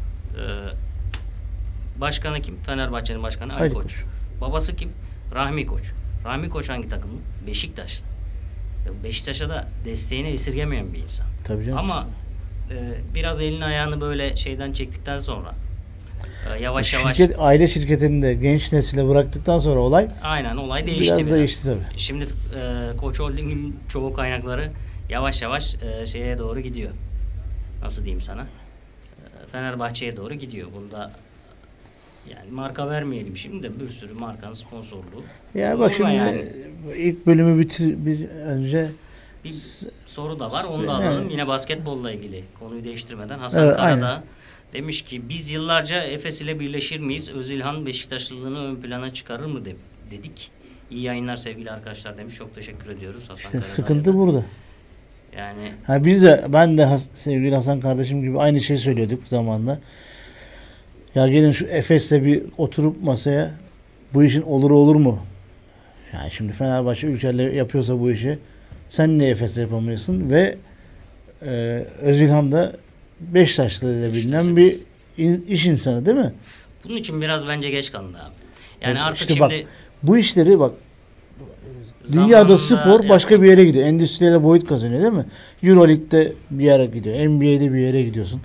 başkanı kim? Fenerbahçe'nin başkanı Ali Koç. Babası kim? Rahmi Koç. Rahmi Koç hangi takımlı? Beşiktaşlı. Beşiktaş'a da desteğini esirgemeyen bir insan.
Tabii canım.
Ama biraz elini ayağını böyle şeyden çektikten sonra yavaş yavaş
aile şirketini de genç nesile bıraktıktan sonra olay
değişti.
Biraz değişti tabii.
Şimdi Koç Holding'in çoğu kaynakları yavaş yavaş şeye doğru gidiyor. Nasıl diyeyim sana? Fenerbahçe'ye doğru gidiyor. Bunda yani marka vermeyelim şimdi de bir sürü markanın sponsorluğu.
Ya bak şimdi
yani
ilk bölümü önce
bir soru da var. Onu da
Evet.
alalım. Yine basketbolla ilgili. Konuyu değiştirmeden. Hasan
Evet,
Karadağ
aynen.
demiş ki biz yıllarca Efes ile birleşir miyiz? Özilhan Beşiktaşlılığını ön plana çıkarır mı dedik. İyi yayınlar sevgili arkadaşlar demiş. Çok teşekkür ediyoruz Hasan
işte
Karadağ'a
sıkıntı
da.
burada.
Yani
Ben de sevgili Hasan kardeşim gibi aynı şeyi söylüyorduk zamanla. Ya gelin şu Efes'le bir oturup masaya, bu işin olur mu? Yani şimdi Fenerbahçe Ülker'le yapıyorsa bu işi, sen niye Efes'le yapamıyorsun? Ve Özilhan da Beşiktaşlı ile bilinen bir iş insanı değil mi?
bunun için biraz bence geç kalındı abi. Yani
Evet,
artık
işte
şimdi
bak, Bu işleri bak,
Zamanında
dünyada spor başka
yani
bir yere gidiyor. Endüstriyel boyut kazanıyor değil mi? Euroleague'de bir yere gidiyor. NBA'de bir yere gidiyorsun.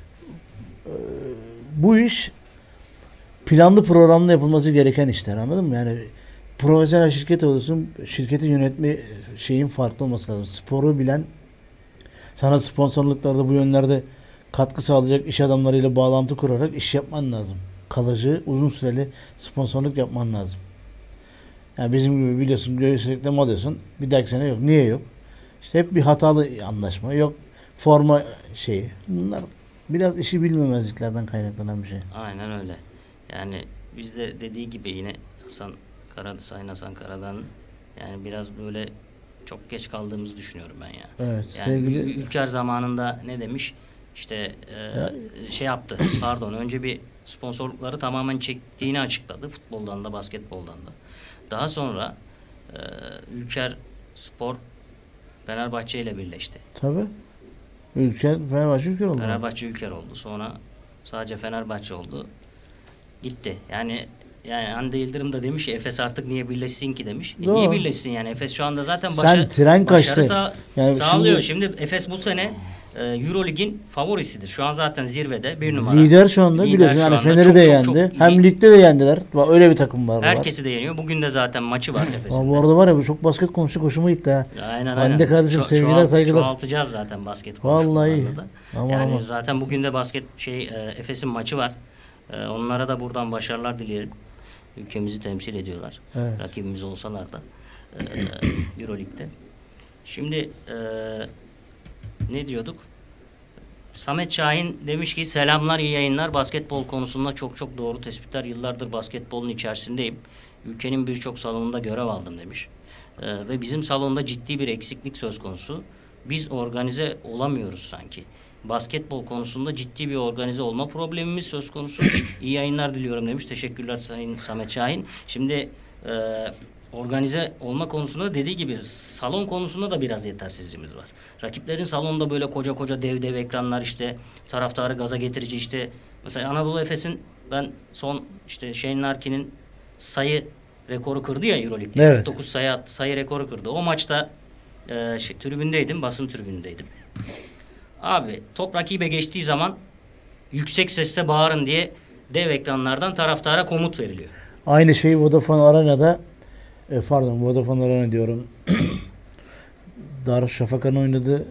Bu iş planlı programlı yapılması gereken işler, anladın mı? Yani profesyonel şirket olursun, şirketi yönetme şeyin farklı olması lazım. Sporu bilen, sana sponsorluklarda bu yönlerde katkı sağlayacak iş adamlarıyla bağlantı kurarak iş yapman lazım. Kalıcı, uzun süreli sponsorluk yapman lazım. Yani bizim gibi biliyorsun, göğüs reklamı alıyorsun. Bir dahaki sene yok. Niye yok? İşte hep bir hatalı anlaşma. Yok forma şeyi. Bunlar biraz işi bilmemezliklerden kaynaklanan bir şey.
aynen öyle. Yani bizde dediği gibi yine Sayın Hasan Karadan'ın yani biraz böyle çok geç kaldığımızı düşünüyorum ben ya.
Evet,
Yani
sevgili
Ülker zamanında ne demiş? İşte şey yaptı. Pardon, önce bir sponsorlukları tamamen çektiğini açıkladı. Futboldan da basketboldan da. Daha sonra Ülker Spor Fenerbahçe ile birleşti.
tabii. Fenerbahçe ülke oldu.
Fenerbahçe Ülker oldu. Sonra sadece Fenerbahçe oldu. Gitti. Yani Hande Yıldırım da demiş ya, Efes artık niye birleşsin ki demiş.
Doğru.
Niye birleşsin yani? Efes şu anda zaten
Sen tren
başarı
kaçtı. Yani
sağlıyor. Şimdi Efes bu sene Eurolig'in favorisidir. Şu an zaten zirvede bir numara.
Lider şu anda biliyorsun. Yani Fener'i de yendi. Hem ligde de yendiler. Bak, öyle bir takım var.
Herkesi de yeniyor. Bugün de zaten maçı var Efes'in.
Bu arada var ya, bu çok basket konuştuk, hoşuma gitti ha.
Aynen.
Hande kardeşim, sevgiler saygılar.
Çoğaltacağız zaten basket
Vallahi.
konuşmalarında da. Yani
Ama.
zaten bugün de Efes'in maçı var. Onlara da buradan başarılar dileyelim. Ülkemizi temsil ediyorlar.
Evet.
Rakibimiz olsalar da Euroleague'de. Şimdi ne diyorduk? Samet Şahin demiş ki selamlar, iyi yayınlar. Basketbol konusunda çok çok doğru tespitler. Yıllardır basketbolun içerisindeyim. Ülkenin birçok salonunda görev aldım demiş. Ve bizim salonda ciddi bir eksiklik söz konusu. Biz organize olamıyoruz sanki. Basketbol konusunda ciddi bir organize olma problemimiz söz konusu. İyi yayınlar diliyorum demiş. Teşekkürler Sayın Samet Şahin. Şimdi organize olma konusunda dediği gibi salon konusunda da biraz yetersizliğimiz var. Rakiplerin salonunda böyle koca koca dev ekranlar, işte taraftarı gaza getirici, işte mesela Anadolu Efes'in ben son işte Shane Larkin'in sayı rekoru kırdı ya Euroleague'de.
Evet.
49 sayı attı, sayı rekoru kırdı. O maçta tribündeydim, basın tribündeydim. Abi top rakibe geçtiği zaman yüksek sesle bağırın diye dev ekranlardan taraftara komut veriliyor.
Aynı şeyi Vodafone Arena'da Vodafone Arena diyorum. Darüşşafaka'nın oynadığı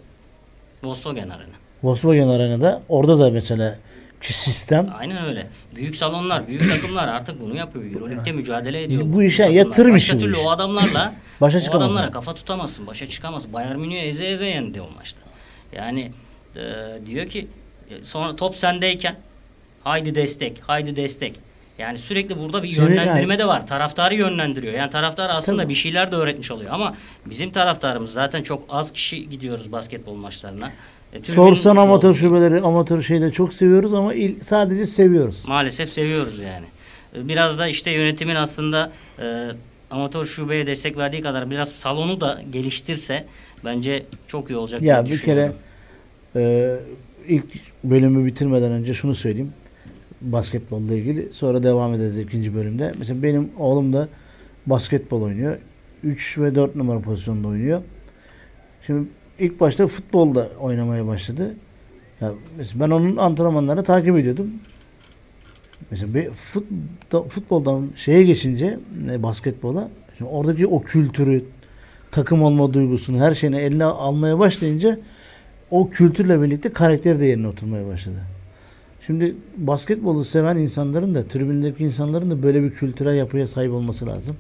Volkswagen Arena'da, orada da mesela ki sistem.
Aynen öyle. Büyük salonlar, büyük takımlar artık bunu yapıyor. Euroleague'de mücadele ediyor.
Bu işe yatırım işi.
Başka türlü o adamlarla
o
adamlara kafa tutamazsın. Başa çıkamazsın. Bayern Münih'e eze yendi o maçta. Yani diyor ki sonra top sendeyken haydi destek. Yani sürekli burada bir yönlendirme de var. Taraftarı yönlendiriyor. Yani taraftar aslında bir şeyler de öğretmiş oluyor. Ama bizim taraftarımız zaten çok az kişi gidiyoruz basketbol maçlarına.
Sorsan amatör şubeleri, amatör şeyleri çok seviyoruz ama sadece seviyoruz.
Maalesef seviyoruz yani. Biraz da işte yönetimin aslında amatör şubeye destek verdiği kadar biraz salonu da geliştirse bence çok iyi olacak diye düşünüyorum.
Bir kere ilk bölümü bitirmeden önce şunu söyleyeyim. Basketbolla ilgili. Sonra devam ederiz ikinci bölümde. Mesela benim oğlum da basketbol oynuyor. 3 ve 4 numara pozisyonda oynuyor. Şimdi ilk başta futbolda oynamaya başladı. Ya mesela ben onun antrenmanlarını takip ediyordum. Mesela bir futboldan şeye geçince basketbola, şimdi oradaki o kültürü, takım olma duygusunu, her şeyini eline almaya başlayınca o kültürle birlikte karakteri de yerine oturmaya başladı. Şimdi basketbolu seven insanların da, tribündeki insanların da böyle bir kültürel yapıya sahip olması lazım.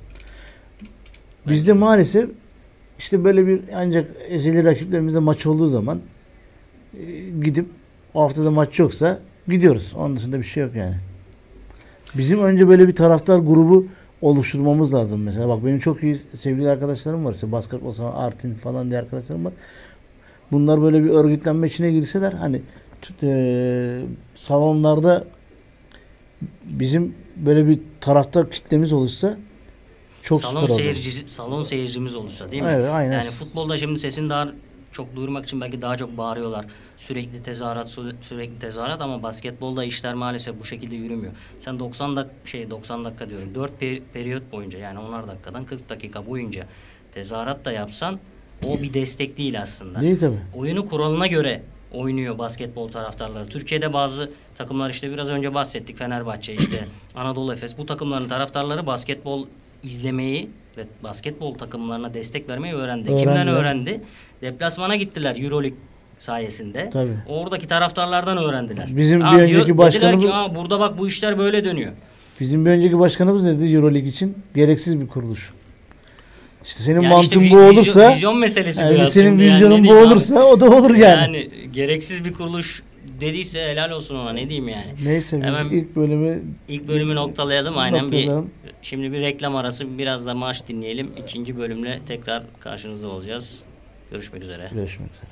Bizde maalesef işte böyle bir, ancak ezeli rakiplerimizle maç olduğu zaman gidip o haftada maç yoksa gidiyoruz. Onun dışında bir şey yok yani. Bizim önce böyle bir taraftar grubu oluşturmamız lazım mesela. Bak benim çok iyi sevgili arkadaşlarım var. İşte basketbol, Artin falan diye arkadaşlarım var. Bunlar böyle bir örgütlenme içine girseler, hani salonlarda bizim böyle bir taraftar kitlemiz oluşsa çok süper olur.
Salon seyircimiz olursa değil mi?
Evet, aynen.
Yani futbolda şimdi sesin daha çok duyurmak için belki daha çok bağırıyorlar. Sürekli tezahürat ama basketbolda işler maalesef bu şekilde yürümüyor. Sen 90 dakika diyorum. 4 periyot boyunca, yani 10'ar dakikadan 40 dakika boyunca tezahürat da yapsan o bir destek değil aslında.
Değil tabii.
Oyunu kuralına göre oynuyor basketbol taraftarları. Türkiye'de bazı takımlar, işte biraz önce bahsettik, Fenerbahçe, işte Anadolu Efes, bu takımların taraftarları basketbol izlemeyi ve basketbol takımlarına destek vermeyi öğrendi. Kimden öğrendi? Deplasmana gittiler EuroLeague sayesinde.
Tabii.
Oradaki taraftarlardan öğrendiler.
Bizim bir önceki başkanımız
dediler ki, burada bak bu işler böyle dönüyor.
Bizim bir önceki başkanımız ne dedi EuroLeague için? Gereksiz bir kuruluş. İşte senin
Yani
mantığın
işte
bu olursa,
vizyon meselesi
yani
biraz.
senin vizyonun
yani
bu olursa abi, o da olur yani.
Yani gereksiz bir kuruluş dediyse helal olsun ona, ne diyeyim yani.
Neyse biz
Hemen ilk bölümü noktalayalım. Aynen şimdi bir reklam arası, biraz da maç dinleyelim. İkinci bölümle tekrar karşınızda olacağız. Görüşmek üzere.
Görüşmek üzere.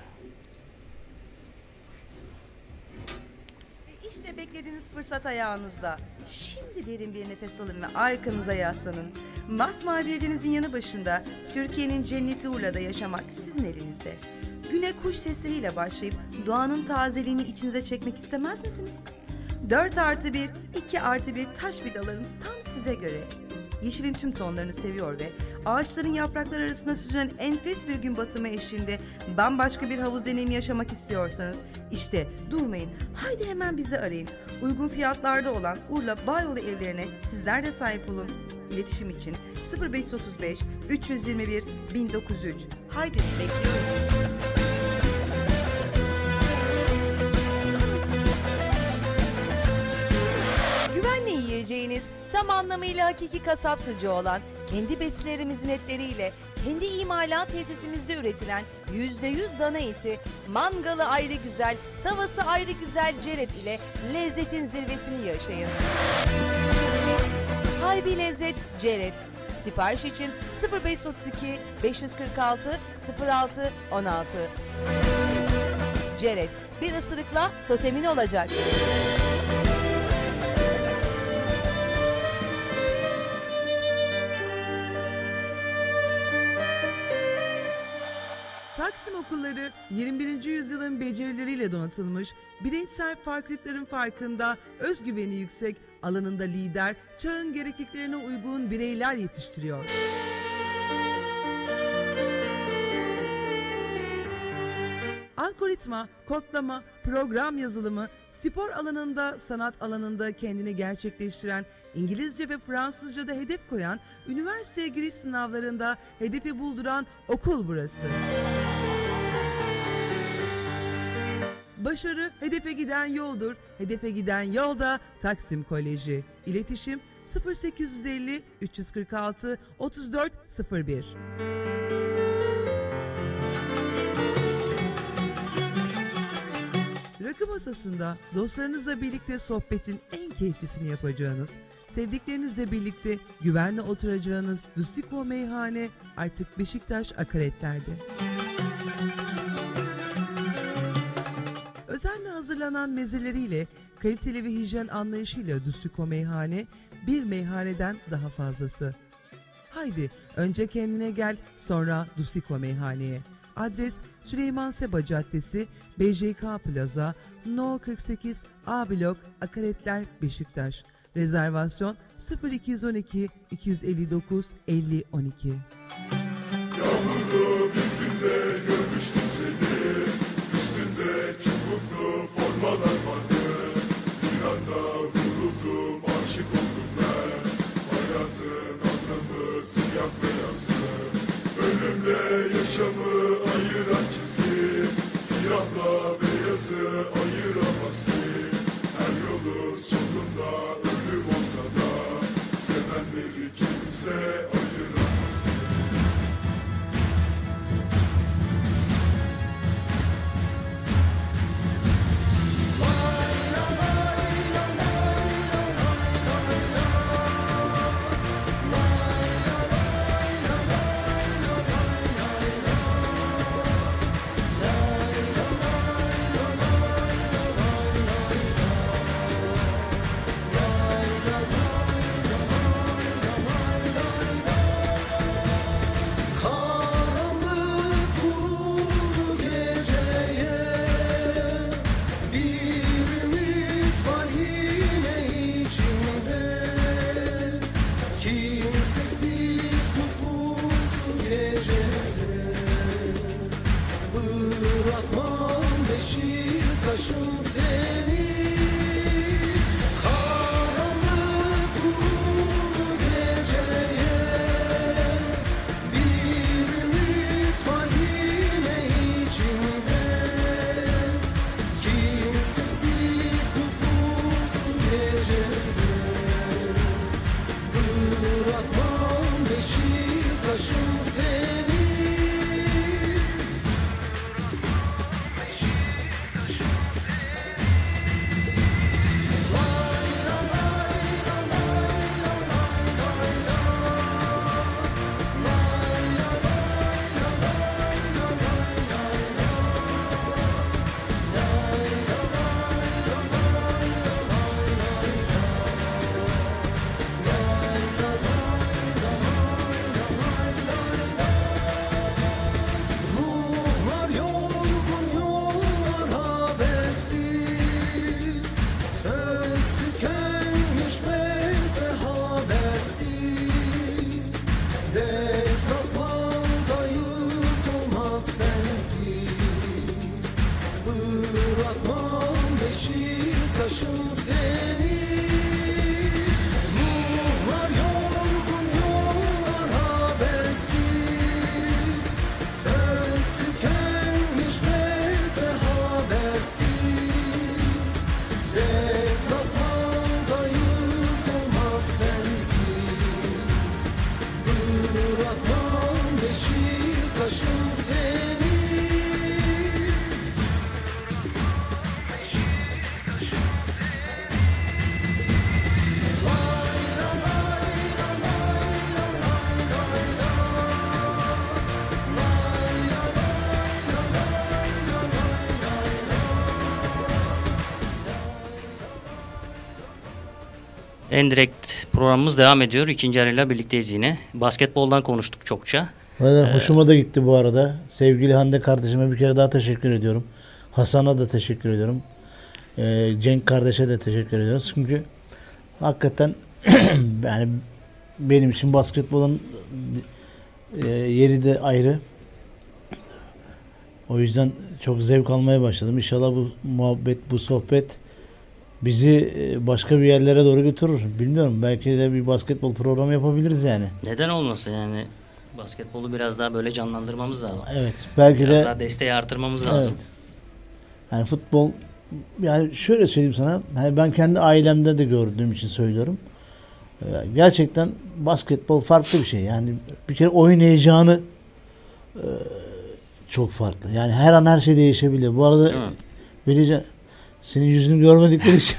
İşte beklediğiniz fırsat ayağınızda. Şimdi derin bir nefes alın ve arkanıza yaslanın. Masmavi bir denizin yanı başında Türkiye'nin cenneti Urla'da yaşamak sizin elinizde. Güne kuş sesleriyle başlayıp doğanın tazeliğini içinize çekmek istemez misiniz? 4+1, 2+1 taş villalarımız tam size göre. Yeşilin tüm tonlarını seviyor ve ağaçların yaprakları arasında süzülen enfes bir gün batımı eşliğinde bambaşka bir havuz deneyimi yaşamak istiyorsanız işte durmayın, haydi hemen bizi arayın. Uygun fiyatlarda olan Urla Bağyolu evlerine sizler de sahip olun. İletişim için 0535 321 1903. Haydi bekliyoruz. Güvenle yiyeceğiniz, tam anlamıyla hakiki kasap sucuğu olan, kendi besilerimizin etleriyle, kendi imalat tesisimizde üretilen %100 dana eti, mangalı ayrı güzel, tavası ayrı güzel Ceret ile lezzetin zirvesini yaşayın. Harbi lezzet Ceret. Sipariş için 0532 546 06 16. Ceret, bir ısırıkla totemin olacak.
Taksim okulları 21. yüzyılın becerileriyle donatılmış, bireysel farklılıkların farkında, özgüveni yüksek, alanında lider, çağın gerekliliklerine uygun bireyler yetiştiriyor. Algoritma, kodlama, program yazılımı, spor alanında, sanat alanında kendini gerçekleştiren, İngilizce ve Fransızca'da hedef koyan, üniversiteye giriş sınavlarında hedefi bulduran okul burası. Başarı hedefe giden yoldur. Hedefe giden yolda Taksim Koleji. İletişim 0850 346 3401. Rakı masasında dostlarınızla birlikte sohbetin en keyiflisini yapacağınız, sevdiklerinizle birlikte güvenle oturacağınız Dustiko Meyhane artık Beşiktaş Akaretler'de. Özenle hazırlanan mezeleriyle, kaliteli ve hijyen anlayışıyla Dustiko Meyhane bir meyhaneden daha fazlası. Haydi önce kendine gel, sonra Dustiko Meyhane'ye. Adres Süleyman Seba Caddesi, BJK Plaza, No 48 A Blok, Akaretler, Beşiktaş. Rezervasyon 0212 259 50 12.
Yağmurlu bir günde görmüştüm seni, üstünde çubuklu formalar vardı. Bir anda vuruldum, aşık oldum ben. Hayatın anlamı siyah beyazdı. Ölümle yaşamı ayıran çizgi, siyahla beyazı ayıramaz ki. Her yolun sonunda ölüm olsa da, sevenleri kimse ayıramaz ki.
gecede. Bırakmam Beşiktaş'ım seni. Karanlık vurdu geceye. Bir ümit var yine içimde. Kimsesiz bu puslu gecede. Bırakmam Beşiktaş'ım seni. Ruhlar yorgun, yollar habersiz. Söz tükenmiş, bezle habersiz. Deplasmandayız, olmaz sensiz. Bırakmam Beşiktaş'ım seni. Ruhlar yorgun, yollar habersiz. Söz tükenmiş, bezle habersiz. Deplasmandayız, olmaz sensiz. Bırakmam Beşiktaş'ım seni.
Endirekt programımız devam ediyor. İkinci arayla birlikteyiz yine. Basketboldan konuştuk çokça.
Hoşuma da gitti bu arada. Sevgili Hande kardeşime bir kere daha teşekkür ediyorum. Hasan'a da teşekkür ediyorum. Cenk kardeşe de teşekkür ediyoruz. Çünkü hakikaten yani benim için basketbolun yeri de ayrı. O yüzden çok zevk almaya başladım. İnşallah bu muhabbet, bu sohbet bizi başka bir yerlere doğru götürür. Bilmiyorum. Belki de bir basketbol programı yapabiliriz yani.
Neden olmasın yani? Basketbolu biraz daha böyle canlandırmamız lazım.
Evet. Belki
Biraz
de
daha desteği artırmamız lazım.
evet. Yani futbol, yani şöyle söyleyeyim sana. Hani ben kendi ailemde de gördüğüm için söylüyorum. Gerçekten basketbol farklı bir şey. Yani bir kere oyun heyecanı çok farklı. Yani her an her şey değişebiliyor. Bu arada
Değil mi?
Velican, senin yüzünü görmedikleri için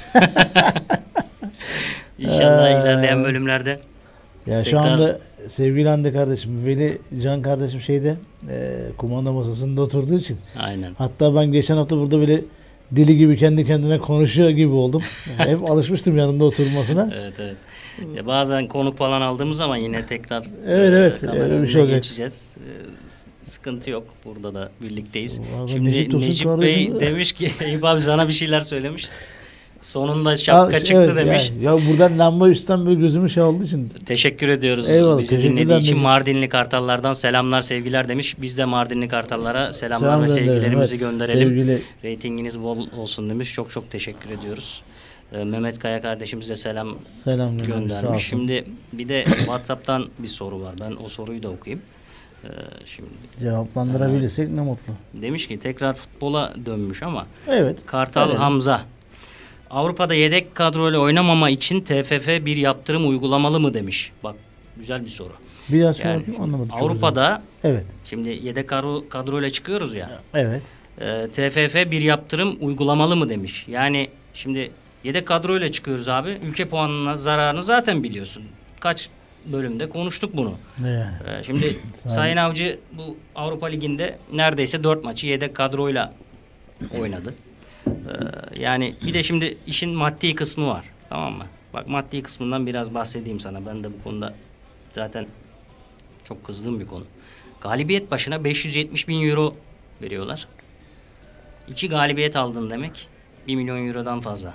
İnşallah ilerleyen bölümlerde
ya şu
tekrar-
anda sevgili Hande kardeşim, Veli Can kardeşim şeyde kumanda masasında oturduğu için,
aynen.
hatta ben geçen hafta burada böyle deli gibi kendi kendine konuşuyor gibi oldum. Hep alışmıştım yanında oturmasına.
Evet evet. Bazen konuk falan aldığımız zaman yine tekrar
Evet,
kamera
öyle bir şey
önüne
olacak.
geçeceğiz. Sıkıntı yok. Burada da birlikteyiz.
Vallahi
Şimdi
Necip Tosun
Necip Bey
kardeşim-
demiş ki Eyüp abi sana bir şeyler söylemiş. Sonunda şapka çıktı
Evet,
demiş.
yani. Ya buradan lamba üstten böyle gözümü şey olduğu için.
Teşekkür ediyoruz
Eyvallah,
bizi
teşekkürler
dinlediği için.
Necip.
Mardinli Kartallardan selamlar sevgiler demiş. Biz de Mardinli Kartallara selamlar
Selam
ve
gönderelim,
sevgilerimizi
evet.
gönderelim.
Sevgili
Reytinginiz bol olsun demiş. Çok çok teşekkür ediyoruz. Mehmet Kaya kardeşimiz de selam
selam göndermiş. Sağ
göndermiş.
olsun.
Şimdi bir de WhatsApp'tan bir soru var. Ben o soruyu da okuyayım. Şimdi
Cevaplandırabilirsek ne mutlu.
demiş ki tekrar futbola dönmüş ama
Evet.
Kartal
Evet.
Hamza Avrupa'da yedek kadroyla oynamama için TFF bir yaptırım uygulamalı mı demiş. Bak güzel bir soru.
Bir daha söyle
Yani
bakayım, anlamadım. Çok
Avrupa'da
güzel. Evet.
şimdi yedek kadroyla çıkıyoruz ya.
Evet.
TFF bir yaptırım uygulamalı mı demiş. Yani şimdi yedek kadroyla çıkıyoruz abi. Ülke puanına zararını zaten biliyorsun. Kaç bölümde konuştuk bunu.
Yani.
Şimdi Sayın Avcı bu Avrupa Ligi'nde neredeyse 4 maçı yedek kadroyla oynadı. Yani bir de şimdi işin maddi kısmı var. Tamam mı? Bak maddi kısmından biraz bahsedeyim sana. Ben de bu konuda zaten çok kızdığım bir konu. Galibiyet başına 570 bin euro veriyorlar. 2 galibiyet aldın demek 1 milyon eurodan fazla.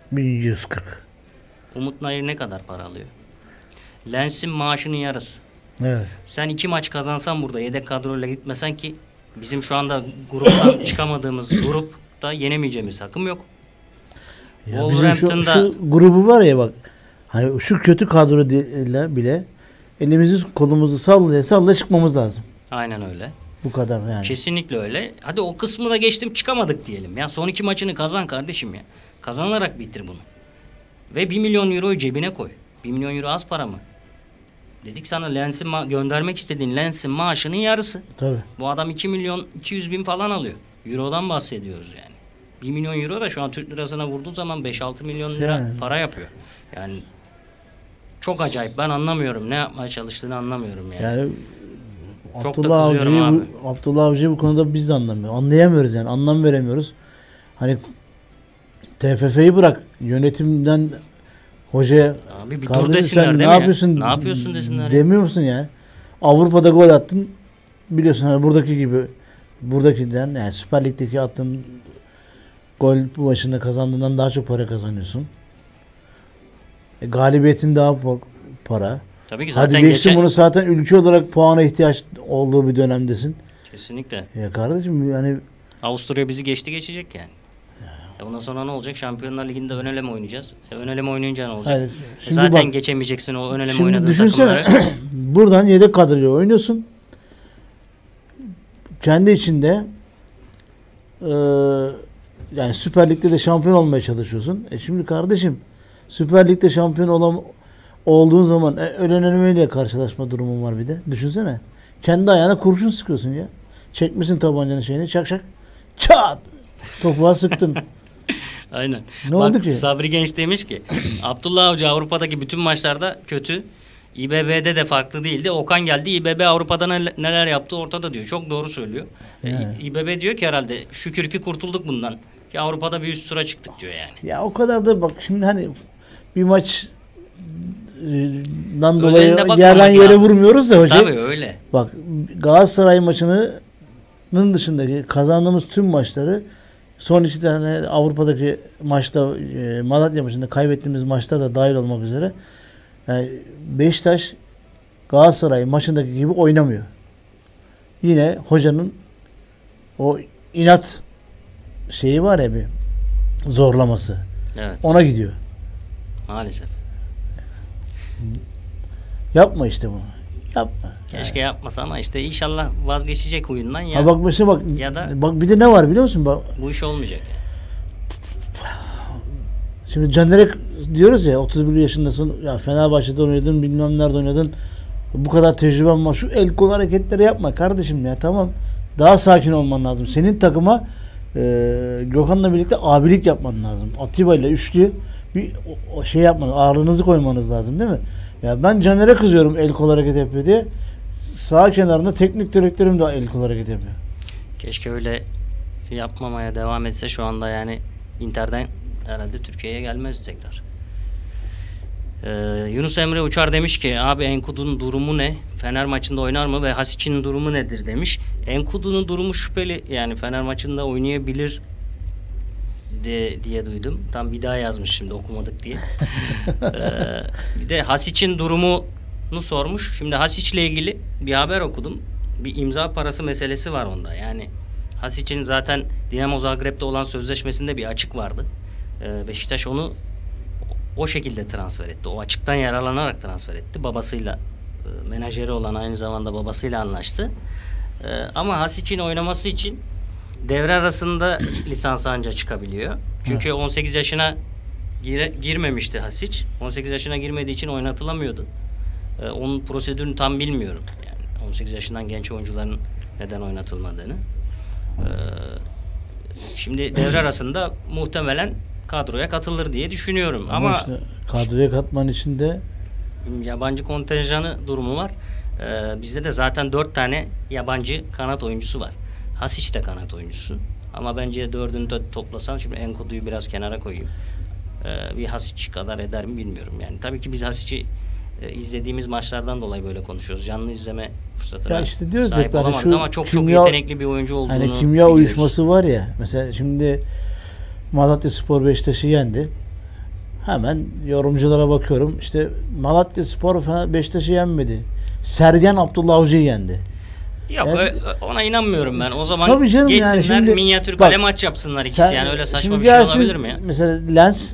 1140.
Umut Nayır ne kadar para alıyor? Lens'in maaşının yarısı.
Evet.
Sen 2 maç kazansan burada yedek kadroyla gitmesen ki bizim şu anda gruptan çıkamadığımız grupta yenemeyeceğimiz takım yok.
Ya bizim şu grubu var ya bak. Hani şu kötü kadroyla bile elimizi kolumuzu sallaya sallaya çıkmamız lazım.
Aynen öyle.
Bu kadar yani.
Kesinlikle öyle. Hadi o kısmı da geçtim, çıkamadık diyelim. Ya son 2 maçını kazan kardeşim ya. Kazanarak bitir bunu. Ve 1 milyon euroyu cebine koy. 1 milyon euro az para mı? Dedik sana Lens'in göndermek istediğin Lens'in maaşının yarısı.
Tabii.
Bu adam 2 milyon 200 bin falan alıyor. Euro'dan bahsediyoruz yani. 1 milyon euro da şu an Türk lirasına vurduğu zaman 5-6 milyon lira
Yani.
para yapıyor. Yani çok acayip. Ben anlamıyorum. Ne yapmaya çalıştığını anlamıyorum yani.
Yani
Çok da kızıyorum abi.
Abdullah Avcı'yı bu konuda biz de anlamıyoruz. Anlayamıyoruz yani. Anlam veremiyoruz. Hani TFF'yi bırak. Yönetimden hocaya
Abi bir dur
kardeşim
desinler
sen
değil
ne
mi ya?
yapıyorsun?
Ne yapıyorsun desinler.
Demiyor musun yani? Avrupa'da gol attın. Biliyorsun hani buradaki gibi buradakiden yani Süper Lig'deki attığın gol başında kazandığından daha çok para kazanıyorsun. Galibiyetin daha para.
Tabii ki zaten
Hadi geçtim bunu zaten ülke olarak puana ihtiyaç olduğu bir dönemdesin.
Kesinlikle.
Ya kardeşim yani
Avusturya bizi geçecek yani. Ondan sonra ne olacak? Şampiyonlar Ligi'nde ön eleme oynayacağız. Ön eleme oynayınca ne olacak?
hayır, şimdi
Zaten
bak,
geçemeyeceksin o ön eleme
şimdi
oynadığın
düşünsene
takımları.
buradan yedek kadroyla oynuyorsun. Kendi içinde yani Süper Lig'de de şampiyon olmaya çalışıyorsun. Şimdi kardeşim Süper Lig'de şampiyon olduğun zaman ön elemeyle karşılaşma durumun var bir de. Düşünsene. Kendi ayağına kurşun sıkıyorsun ya. Çekmişsin tabancanın şeyini çak çak. Çat! Topuğa sıktın.
Aynen.
Ne
Bak,
oldu ki?
Sabri Genç demiş ki Abdullah Avcı Avrupa'daki bütün maçlarda kötü. İBB'de de farklı değildi. Okan geldi. İBB Avrupa'da neler yaptı ortada diyor. Çok doğru söylüyor.
Evet.
İBB diyor ki herhalde şükür ki kurtulduk bundan. Ki Avrupa'da bir üst tura çıktık diyor yani.
Ya o kadar da bak şimdi hani bir maçdan dolayı
Özelinde bakmamak
yerden yere
lazım.
vurmuyoruz da hoca.
Tabii öyle.
Bak Galatasaray maçının dışındaki kazandığımız tüm maçları son 2 tane Avrupa'daki maçta Malatya maçında kaybettiğimiz maçlar da dahil olmak üzere yani Beşiktaş Galatasaray maçındaki gibi oynamıyor. Yine hocanın o inat şeyi var ya bir zorlaması.
Evet.
Ona gidiyor.
Maalesef.
Yapma işte bunu. Yapma.
Keşke yapmasa ama işte inşallah vazgeçecek oyundan ya.
Ha bak mesela bak
ya da-
bak bir de ne var biliyor musun? Bak
Bu iş olmayacak yani.
şimdi Caner'e diyoruz ya 31 yaşındasın. Ya Fenerbahçe'de oynadın, bilmem nerede oynadın. Bu kadar tecrüben var. Şu el kol hareketleri yapma kardeşim ya. Tamam. Daha sakin olman lazım. Senin takıma Gökhan'la birlikte abilik yapman lazım. Atiba ile üçlü bir o şey yapmanız, ağırlığınızı koymanız lazım değil mi? Ya ben Caner'e kızıyorum el kol hareket yapıyor diye. Sağ kenarında teknik direktörüm de el kol hareket yapıyor.
Keşke öyle yapmamaya devam etse şu anda yani Inter'den herhalde Türkiye'ye gelmez tekrar. Yunus Emre Uçar demiş ki abi Enkudu'nun durumu ne? Fener maçında oynar mı ve Hasic'in durumu nedir demiş. Enkudu'nun durumu şüpheli yani Fener maçında oynayabilir diye duydum. Tam bir daha yazmış şimdi okumadık diye. Bir de Hasic'in durumunu sormuş. Şimdi Hasic'le ilgili bir haber okudum. Bir imza parası meselesi var onda. Yani Hasic'in zaten Dinamo Zagreb'de olan sözleşmesinde bir açık vardı. Beşiktaş onu o şekilde transfer etti. O açıktan yararlanarak transfer etti. Babasıyla menajeri olan aynı zamanda babasıyla anlaştı. Ama Hasic'in oynaması için devre arasında lisans anca çıkabiliyor. Çünkü 18 yaşına girmemişti Hasic. 18 yaşına girmediği için oynatılamıyordu. Onun prosedürünü tam bilmiyorum. Yani 18 yaşından genç oyuncuların neden oynatılmadığını. Şimdi devre arasında muhtemelen kadroya katılır diye düşünüyorum. Ama
işte kadroya katman için de
yabancı kontenjanı durumu var. Bizde de zaten 4 tane yabancı kanat oyuncusu var. Hasic de kanat oyuncusu. Ama bence 4'ünü de toplasan, şimdi Enkudu'yu biraz kenara koyayım. Bir Hasic kadar eder mi bilmiyorum. Yani tabii ki biz Hasic'i izlediğimiz maçlardan dolayı böyle konuşuyoruz. Canlı izleme fırsatına
işte diyoruz
sahip
yani
olamadık ama çok yetenekli bir oyuncu olduğunu
hani kimya
biliyoruz.
uyuşması var ya. Mesela şimdi Malatyaspor Beşiktaş'ı yendi. Hemen yorumculara bakıyorum. İşte Malatyaspor Beşiktaş'ı yenmedi. Sergen Abdullah Avcı'yı yendi.
Yok
Yani-
ona inanmıyorum ben. O zaman
Tabii canım, yani
geçsinler
şimdi-
minyatür
bak,
kale maç yapsınlar ikisi yani öyle saçma
şimdi
bir şey
gelsin,
olabilir mi ya?
Mesela Lens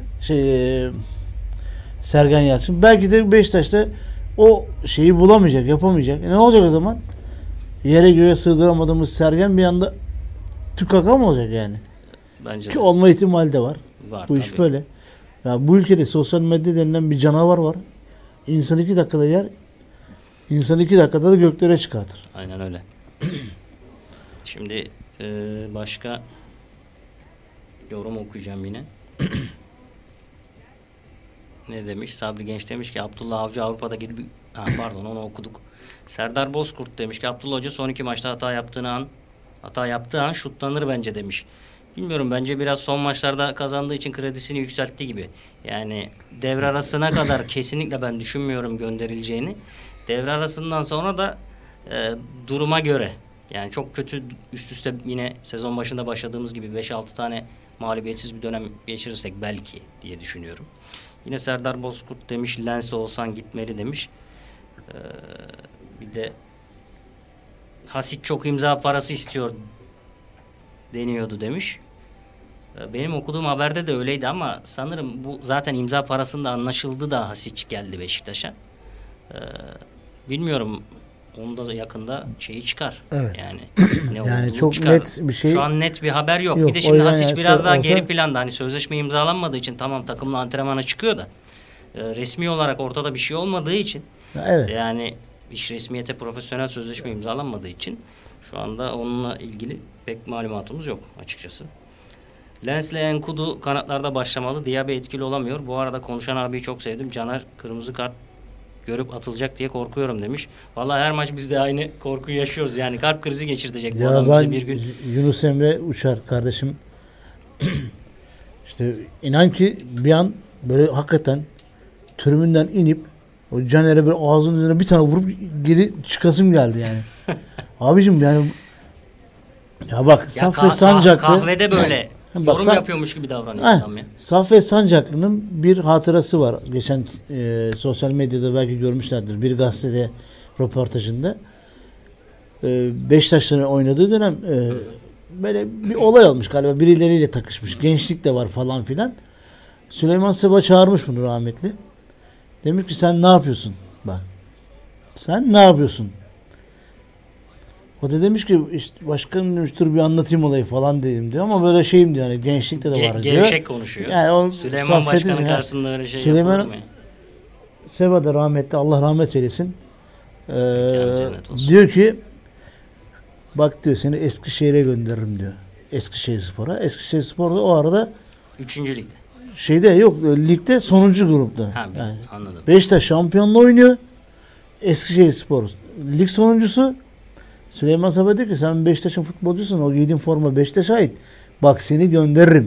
Sergen Yalçın belki de Beşiktaş'ta o şeyi bulamayacak, yapamayacak. Ne olacak o zaman? Yere göğe sığdıramadığımız Sergen bir anda tükaka mı olacak yani?
Bence
Ki
de
olma ihtimali de var.
var
Bu iş
tabii.
böyle. Ya bu ülkede sosyal medya denilen bir canavar var. İnsan 2 dakikada yer, insan 2 dakikada da göklere çıkartır.
Aynen öyle. Şimdi başka yorum okuyacağım yine. Ne demiş? Sabri Genç demiş ki Abdullah Avcı Avrupa'da gibi pardon onu okuduk. Serdar Bozkurt demiş ki Abdullah Hoca son 2 maçta hata yaptığı an şutlanır bence demiş. Bilmiyorum, bence biraz son maçlarda kazandığı için kredisini yükseltti gibi. Yani devre arasına kadar kesinlikle ben düşünmüyorum gönderileceğini. Devre arasından sonra da duruma göre yani çok kötü üst üste yine sezon başında başladığımız gibi 5-6 tane mağlubiyetsiz bir dönem geçirirsek belki diye düşünüyorum. Yine Serdar Bozkurt demiş Lens olsan gitmeli demiş. Bir de Hasit çok imza parası istiyor deniyordu demiş. Benim okuduğum haberde de öyleydi ama sanırım bu zaten imza parasında anlaşıldı da Hasic geldi Beşiktaş'a. Bilmiyorum, onun da yakında şeyi çıkar.
Evet.
Yani ne
Yani
olduğunu
çok
çıkar.
net bir şey
Şu an net bir haber yok.
yok.
Bir de şimdi
O
Hasic
yani
biraz daha
olsa-
geri planda. Hani sözleşme imzalanmadığı için tamam takımla antrenmana çıkıyor da resmi olarak ortada bir şey olmadığı için
Evet.
yani iş resmiyete profesyonel sözleşme imzalanmadığı için şu anda onunla ilgili pek malumatımız yok açıkçası. Lens'le Enkudu kanatlarda başlamalı. Diaby etkili olamıyor. Bu arada konuşan abiyi çok sevdim. Caner kırmızı kart görüp atılacak diye korkuyorum demiş. Vallahi her maç biz de aynı korkuyu yaşıyoruz. Yani kalp krizi geçirtecek bu
Ya
adam
ben
bize bir gün.
Yunus Emre Uçar kardeşim işte inan ki bir an böyle hakikaten tribünden inip o Caner'e böyle ağzının üzerine bir tane vurup geri çıkasım geldi yani. Abicim yani ya bak
Ya
Saffet Sancaklı
kahvede böyle
Bak,
yorum yapıyormuş gibi davranıyor
Heh,
adam ya.
Saffet Sancaklı'nın bir hatırası var. Geçen sosyal medyada belki görmüşlerdir. Bir gazetede röportajında. Beşiktaş'ın oynadığı dönem böyle bir olay olmuş galiba. Birileriyle takışmış. Gençlik de var falan filan. Süleyman Seba çağırmış bunu rahmetli. Demiş ki sen ne yapıyorsun? Bak. Sen ne yapıyorsun? O da demiş ki işte başkanım demiş dur bir anlatayım olayı falan dedim diyor ama böyle şeyim diyor hani gençlikte de var diyor.
Gevşek konuşuyor.
Yani o
Süleyman
Saffet'in-
Başkan'ın
ha,
karşısında öyle şey
Süleyman-
yapılır mı ya?
Seba da rahmetli Allah rahmet eylesin.
Mekanı cennet olsun.
Diyor ki bak diyor seni Eskişehir'e gönderirim diyor. Eskişehirspor'a. Eskişehirspor da o arada
3. ligde.
şeyde yok ligde sonuncu grupta.
Ha,
Yani
anladım.
Beşiktaş şampiyonluğu oynuyor. Eskişehirspor lig sonuncusu. Süleyman Seba diyor ki sen Beşiktaş'ın futbolcusun. O giydiğin forma Beşiktaş'a ait. Bak seni gönderirim.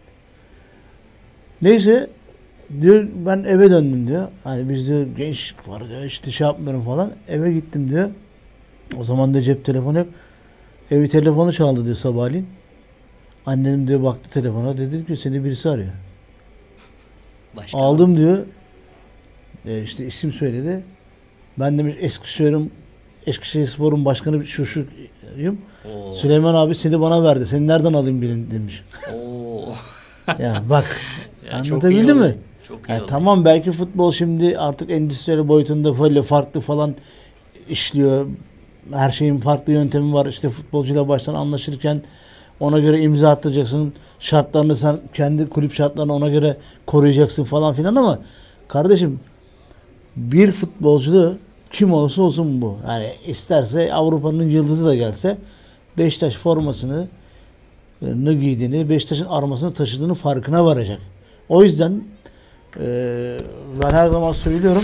Neyse diyor ben eve döndüm diyor. Hani biz diyor gençlik var diyor işte şey yapmıyorum falan. Eve gittim diyor. O zaman da cep telefonu yok. Evi telefonu çaldı diyor sabahleyin. Annem diyor baktı telefona dedi ki seni birisi arıyor.
Başkan.
Aldım diyor. İşte isim söyledi. Ben demiş Eskişehirspor'un başkanı şuyum.
Oo.
Süleyman abi seni bana verdi. Seni nereden alayım bilin demiş.
Oo.
Ya bak
Ya çok iyi
anlatabildim
oldu.
mi?
Çok iyi
Ya
oldu.
tamam belki futbol şimdi artık endüstriyel boyutunda böyle farklı falan işliyor. Her şeyin farklı yöntemi var. İşte futbolcuyla baştan anlaşırken ona göre imza attıracaksın. Şartlarını sen kendi kulüp şartlarını ona göre koruyacaksın falan filan ama kardeşim bir futbolcu kim olursa olsun bu. Yani isterse Avrupa'nın yıldızı da gelse Beşiktaş formasını giydiğini, Beşiktaş'ın armasını taşıdığını farkına varacak. O yüzden ben her zaman söylüyorum.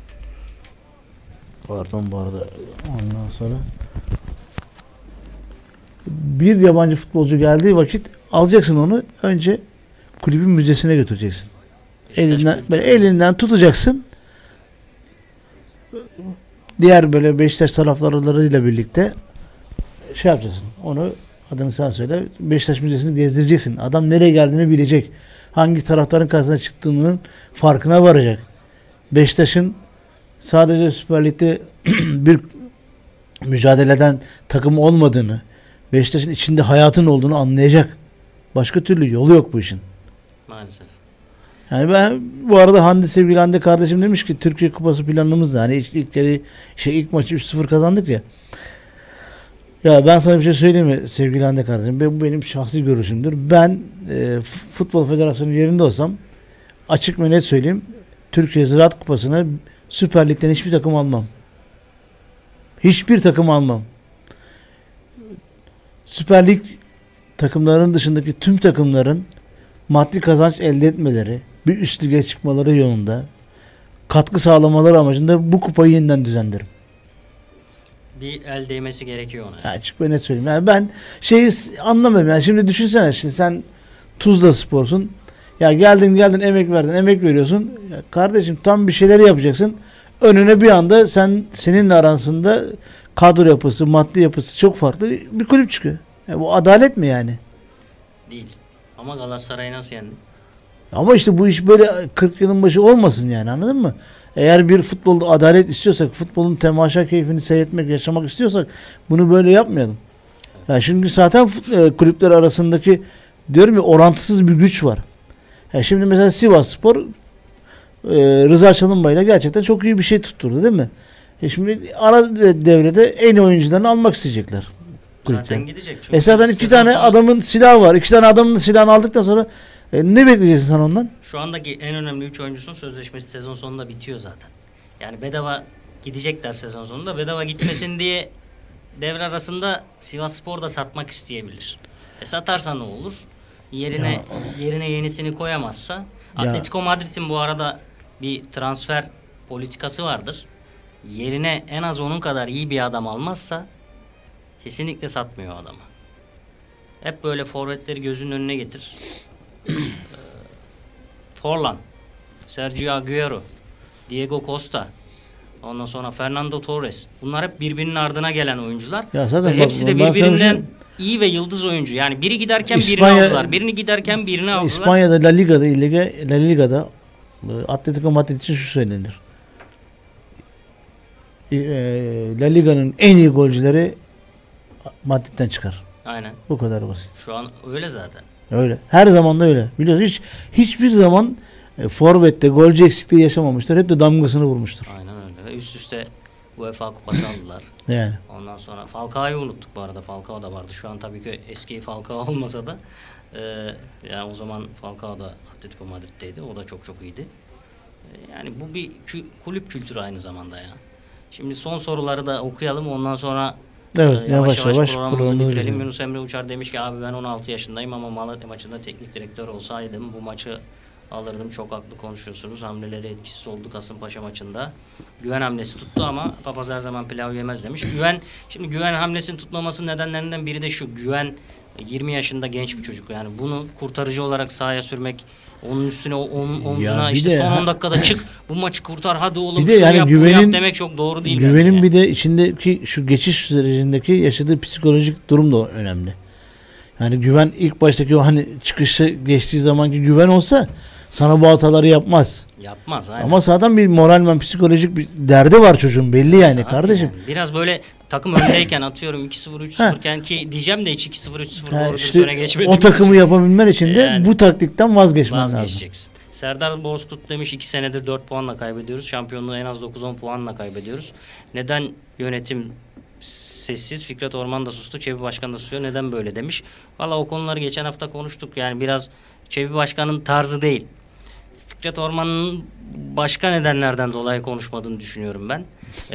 Pardon bu arada ondan sonra bir yabancı futbolcu geldiği vakit alacaksın onu önce kulübün müzesine götüreceksin.
Beşiktaş
Elinden tutacaksın. Diğer böyle Beşiktaş taraftarlarıyla birlikte şey yapacaksın. Onu adını sen söyle. Beşiktaş Müzesi'ni gezdireceksin. Adam nereye geldiğini bilecek. Hangi taraftarın karşısına çıktığının farkına varacak. Beşiktaş'ın sadece Süper Lig'de bir mücadeleden takım olmadığını, Beşiktaş'ın içinde hayatın olduğunu anlayacak. Başka türlü yolu yok bu işin.
Maalesef.
Yani ben bu arada sevgili Hande kardeşim demiş ki Türkiye Kupası planımız da hani ilk maçı 3-0 kazandık ya. Ya ben sana bir şey söyleyeyim mi sevgili Hande kardeşim? Bu benim şahsi görüşümdür. Ben Futbol Federasyonu yerinde olsam açık ve net söyleyeyim. Türkiye Ziraat Kupası'na Süper Lig'den hiçbir takım almam. Hiçbir takım almam. Süper Lig takımların dışındaki tüm takımların maddi kazanç elde etmeleri, bir üst lige çıkmaları yolunda katkı sağlamaları amacında bu kupayı yeniden düzenlerim.
Bir el değmesi gerekiyor ona.
Açık ve net söyleyeyim. Yani ben anlamıyorum. Yani şimdi düşünsene sen Tuzla Spor'sun. Ya geldin emek verdin, emek veriyorsun. Ya kardeşim tam bir şeyler yapacaksın. Önüne bir anda seninle arasında kadro yapısı, maddi yapısı çok farklı bir kulüp çıkıyor. Ya bu adalet mi yani?
Değil. Ama Galatasaray'ı nasıl yendi?
Ama işte bu iş böyle 40 yılın başı olmasın yani, anladın mı? Eğer bir futbolda adalet istiyorsak, futbolun temaşa keyfini seyretmek, yaşamak istiyorsak bunu böyle yapmayalım. Ya şimdi zaten kulüpler arasındaki diyorum ya orantısız bir güç var. Ya şimdi mesela Sivasspor Rıza Çalınbay'la gerçekten çok iyi bir şey tutturdu değil mi? Şimdi ara devrede en iyi oyuncularını almak isteyecekler.
Zaten gidecek. Çünkü
Zaten iki tane adamın silahı var. İki tane adamın silahını aldıktan sonra ne bekleyeceksin sen ondan?
Şu andaki en önemli 3 oyuncusunun sözleşmesi sezon sonunda bitiyor zaten. Yani bedava gidecekler sezon sonunda. Bedava gitmesin diye devre arasında Sivasspor da satmak isteyebilir. Satarsa ne olur? Yerine yenisini koyamazsa. Atletico Madrid'in bu arada bir transfer politikası vardır. Yerine en az onun kadar iyi bir adam almazsa kesinlikle satmıyor adamı. Hep böyle forvetleri gözünün önüne getir. Forlan, Sergio Agüero, Diego Costa, ondan sonra Fernando Torres. Bunlar hep birbirinin ardına gelen oyuncular.
Ya zaten
ve hepsi de birbirinden iyi ve yıldız oyuncu. Yani biri giderken birini aldılar. Birini giderken birini aldılar.
İspanya'da La Liga'da Atletico Madrid için şu söylenir. La Liga'nın en iyi golcüleri Madrid'den çıkar.
Aynen.
Bu kadar basit.
Şu an öyle zaten.
Öyle. Her zaman da öyle. Biliyorsun hiçbir zaman forvette golcü eksikliği yaşamamışlar. Hep de damgasını vurmuştur.
Aynen öyle. Üst üste UEFA kupası aldılar.
Yani.
Ondan sonra Falcao'yu unuttuk bu arada. Falcao da vardı. Şu an tabii ki eski Falcao olmasa da yani o zaman Falcao da Atletico Madrid'deydi. O da çok çok iyiydi. Yani bu bir kulüp kültürü aynı zamanda ya. Şimdi son soruları da okuyalım. Ondan sonra yavaş programımızı bitirelim. Yunus Emre Uçar demiş ki abi ben 16 yaşındayım ama Malatya maçında teknik direktör olsaydım bu maçı alırdım. Çok haklı konuşuyorsunuz. Hamleleri etkisiz oldu Kasımpaşa maçında. Güven hamlesi tuttu ama papaz her zaman pilav yemez demiş. Şimdi güven hamlesini tutmamasının nedenlerinden biri de şu. Güven 20 yaşında genç bir çocuk. Yani bunu kurtarıcı olarak sahaya sürmek, onun üstüne omzuna işte son 10 dakikada çık bu maçı kurtar hadi oğlum şunu
yani
yap bunu yap demek çok doğru değil.
Güvenin bir de içindeki şu geçiş sürecindeki yaşadığı psikolojik durum da önemli. Yani güven ilk baştaki o hani çıkışı geçtiği zamanki güven olsa sana bu hataları yapmaz.
Yapmaz aynen.
Ama zaten bir moralmen psikolojik bir derdi var çocuğun belli yani
zaten
kardeşim.
Yani. Biraz böyle takım öndeyken atıyorum 2-0 3-0 iken ki diyeceğim de hiç 2-0 3-0 doğru
işte
öne geçmediğimiz
o takımı yapabilmen için de yani, bu taktikten vazgeçeceksin.
Serdar Bozkurt demiş 2 senedir 4 puanla kaybediyoruz. Şampiyonluğu en az 9-10 puanla kaybediyoruz. Neden yönetim sessiz? Fikret Orman da sustu. Çebi Başkan da susuyor. Neden böyle demiş. Valla o konuları geçen hafta konuştuk. Yani biraz Çebi Başkan'ın tarzı değil. Fikret Orman'ın başka nedenlerden dolayı konuşmadığını düşünüyorum ben.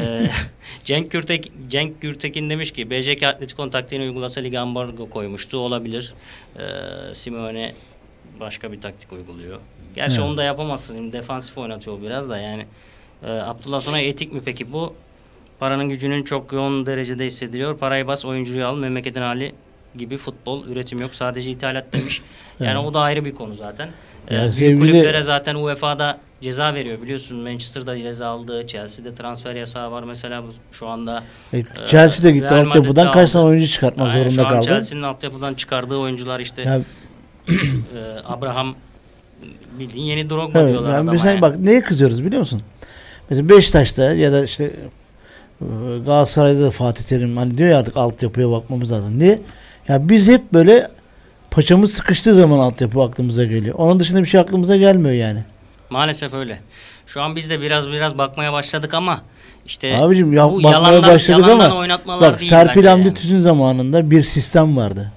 Cenk Gürtekin demiş ki BJK Atletico'nun taktiğini uygulasa lige ambargo koymuştu. Olabilir. Simeone başka bir taktik uyguluyor. Gerçi onu da yapamazsın. Defansif oynatıyor biraz da yani. Abdullah sonra etik mi peki bu? Paranın gücünün çok yoğun derecede hissediliyor. Parayı bas, oyuncuyu al, memleketin hali gibi futbol, üretim yok. Sadece ithalat demiş. Yani o da ayrı bir konu zaten. Büyük kulüplere zaten UEFA'da ceza veriyor. Biliyorsun Manchester'da ceza aldı. Chelsea'de transfer yasağı var mesela şu anda.
Chelsea'de gitti altyapıdan kaç tane oyuncu çıkartmak zorunda kaldı.
Chelsea'nin altyapıdan çıkardığı oyuncular işte Abraham bildiğin yeni Drogba diyorlar adama.
Mesela bak neye kızıyoruz biliyor musun? Mesela Beşiktaş'ta ya da işte Galatasaray'da da Fatih Terim hani diyor ya artık altyapıya bakmamız lazım diye. Ya biz hep böyle paçamız sıkıştığı zaman altyapı aklımıza geliyor. Onun dışında bir şey aklımıza gelmiyor yani.
Maalesef öyle. Şu an biz de biraz bakmaya başladık ama işte
Abicim
bu
bakmaya başladık
yalandan
ama
oynatmalar
bak
değil
Serpil
bence
Hamdi
yani.
Tüzün zamanında bir sistem vardı.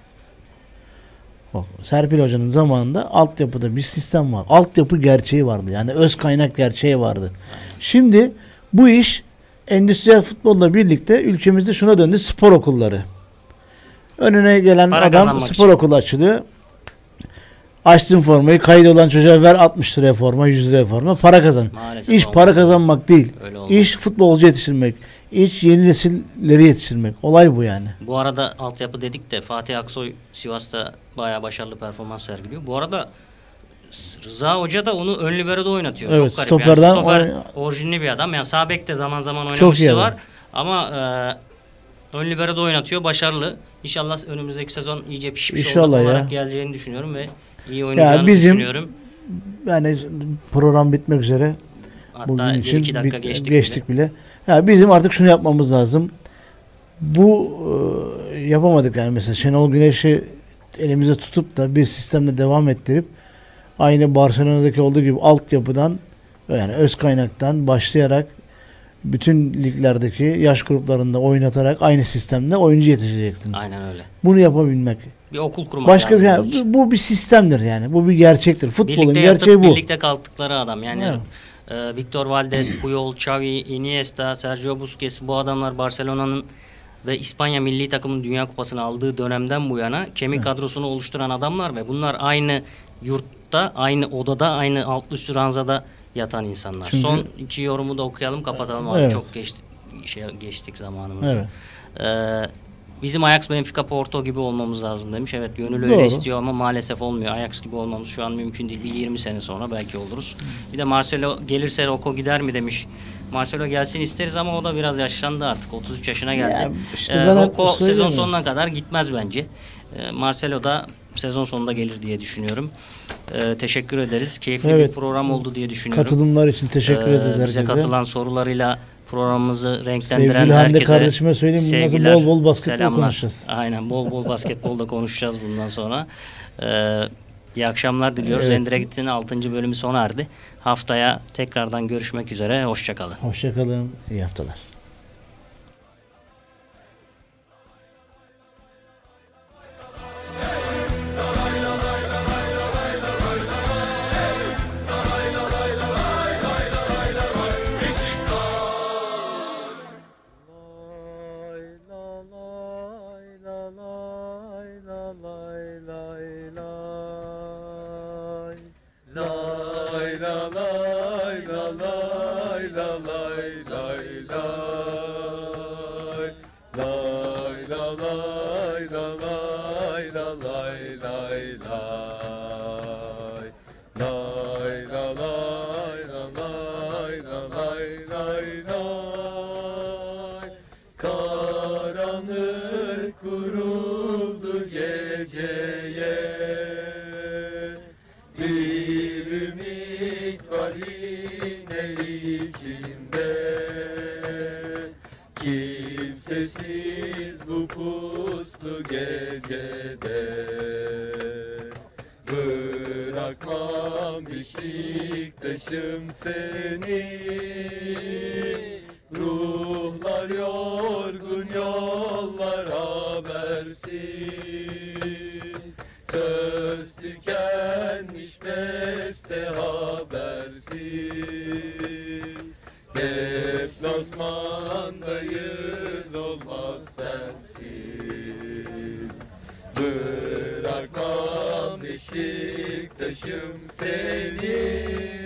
Bak, Serpil Hoca'nın zamanında altyapıda bir sistem var. Altyapı gerçeği vardı. Yani öz kaynak gerçeği vardı. Şimdi bu iş endüstriyel futbolla birlikte ülkemizde şuna döndü: spor okulları. Önüne gelen
Para
adam
kazanmak
spor
için.
okulu açılıyor. Açtığın formayı, kayıt olan çocuğa ver 60 liraya forma, 100 liraya forma, para kazan.
Maalesef
İş
olmaz.
para kazanmak değil.
Öyle olmaz.
İş futbolcu yetiştirmek. İş yeni nesilleri yetiştirmek. Olay bu yani.
Bu arada altyapı dedik de Fatih Aksoy Sivas'ta bayağı başarılı performans sergiliyor. Bu arada Rıza Hoca da onu ön libero'da oynatıyor.
Evet,
Çok garip.
stoperden
Yani stoper
oyn-
orijinli bir adam. Yani sağ bekte zaman zaman
Çok iyi
oynamışlığı
adam.
var. Ama ön libero'da oynatıyor. Başarılı. İnşallah önümüzdeki sezon iyice pişmiş
İnşallah
olarak
ya.
geleceğini düşünüyorum ve iyi oynayacağını
bizim
düşünüyorum.
Yani program bitmek üzere.
Hatta
Bugün
1-2
için
dakika geçtik.
geçtik bile. Ya bizim artık şunu yapmamız lazım. Bu yapamadık yani, mesela Şenol Güneş'i elimize tutup da bir sistemle devam ettirip aynı Barcelona'daki olduğu gibi altyapıdan, yani öz kaynaktan başlayarak bütün liglerdeki yaş gruplarında oynatarak aynı sistemle oyuncu yetişeceksin.
Aynen öyle.
Bunu yapabilmek.
Bir okul kurmak
Başka
lazım.
bir
bunun için.
bu bir sistemdir yani. Bu bir gerçektir. Futbolun
Birlikte
gerçeği
yatıp
bu.
birlikte kalktıkları adam. Yani Victor Valdez, Puyol, Xavi, Iniesta, Sergio Busquets, bu adamlar Barcelona'nın ve İspanya milli takımın Dünya Kupası'nı aldığı dönemden bu yana kemik kadrosunu oluşturan adamlar ve bunlar aynı yurtta, aynı odada, aynı altlı üstü ranzada yatan insanlar.
Çünkü-
Son iki yorumu da okuyalım, kapatalım abi.
Evet.
Çok geçtik zamanımızı.
Evet.
Bizim Ajax, Benfica, Porto gibi olmamız lazım demiş. Evet, gönül
Doğru.
öyle istiyor ama maalesef olmuyor. Ajax gibi olmamız şu an mümkün değil. Bir 20 sene sonra belki oluruz. Bir de Marcelo gelirse Rocco gider mi demiş. Marcelo gelsin isteriz ama o da biraz yaşlandı artık. 33 yaşına geldi.
Ya işte ben hep
Rocco sezon
söylüyorum.
sonuna kadar gitmez bence. Marcelo da sezon sonunda gelir diye düşünüyorum. Teşekkür ederiz. Keyifli
Evet.
bir program oldu diye düşünüyorum.
Katılımlar için teşekkür ederiz
Bize
herkese.
katılan sorularıyla programımızı renklendiren
Sevgili Hande
herkese
kardeşime söyleyeyim, bundan sonra
sevgiler,
bol bol basketbol
selamlar.
konuşacağız.
Aynen, bol bol basketbol da konuşacağız bundan sonra. İyi akşamlar diliyoruz.
Evet.
Endrek'in 6. bölümü sona erdi. Haftaya tekrardan görüşmek üzere. Hoşçakalın.
Hoşçakalın. İyi haftalar.
Karanlık kuruldu geceye, bir ümit var yine içimde. Kimsesiz bu puslu gecede, bırakmam Beşiktaş'ım seni. Ruhlar yorgun, yollar habersiz, söz tükenmiş, beste habersiz. Deplasmandayız, olmaz sensiz. Bırakmam Beşiktaş'ım seni.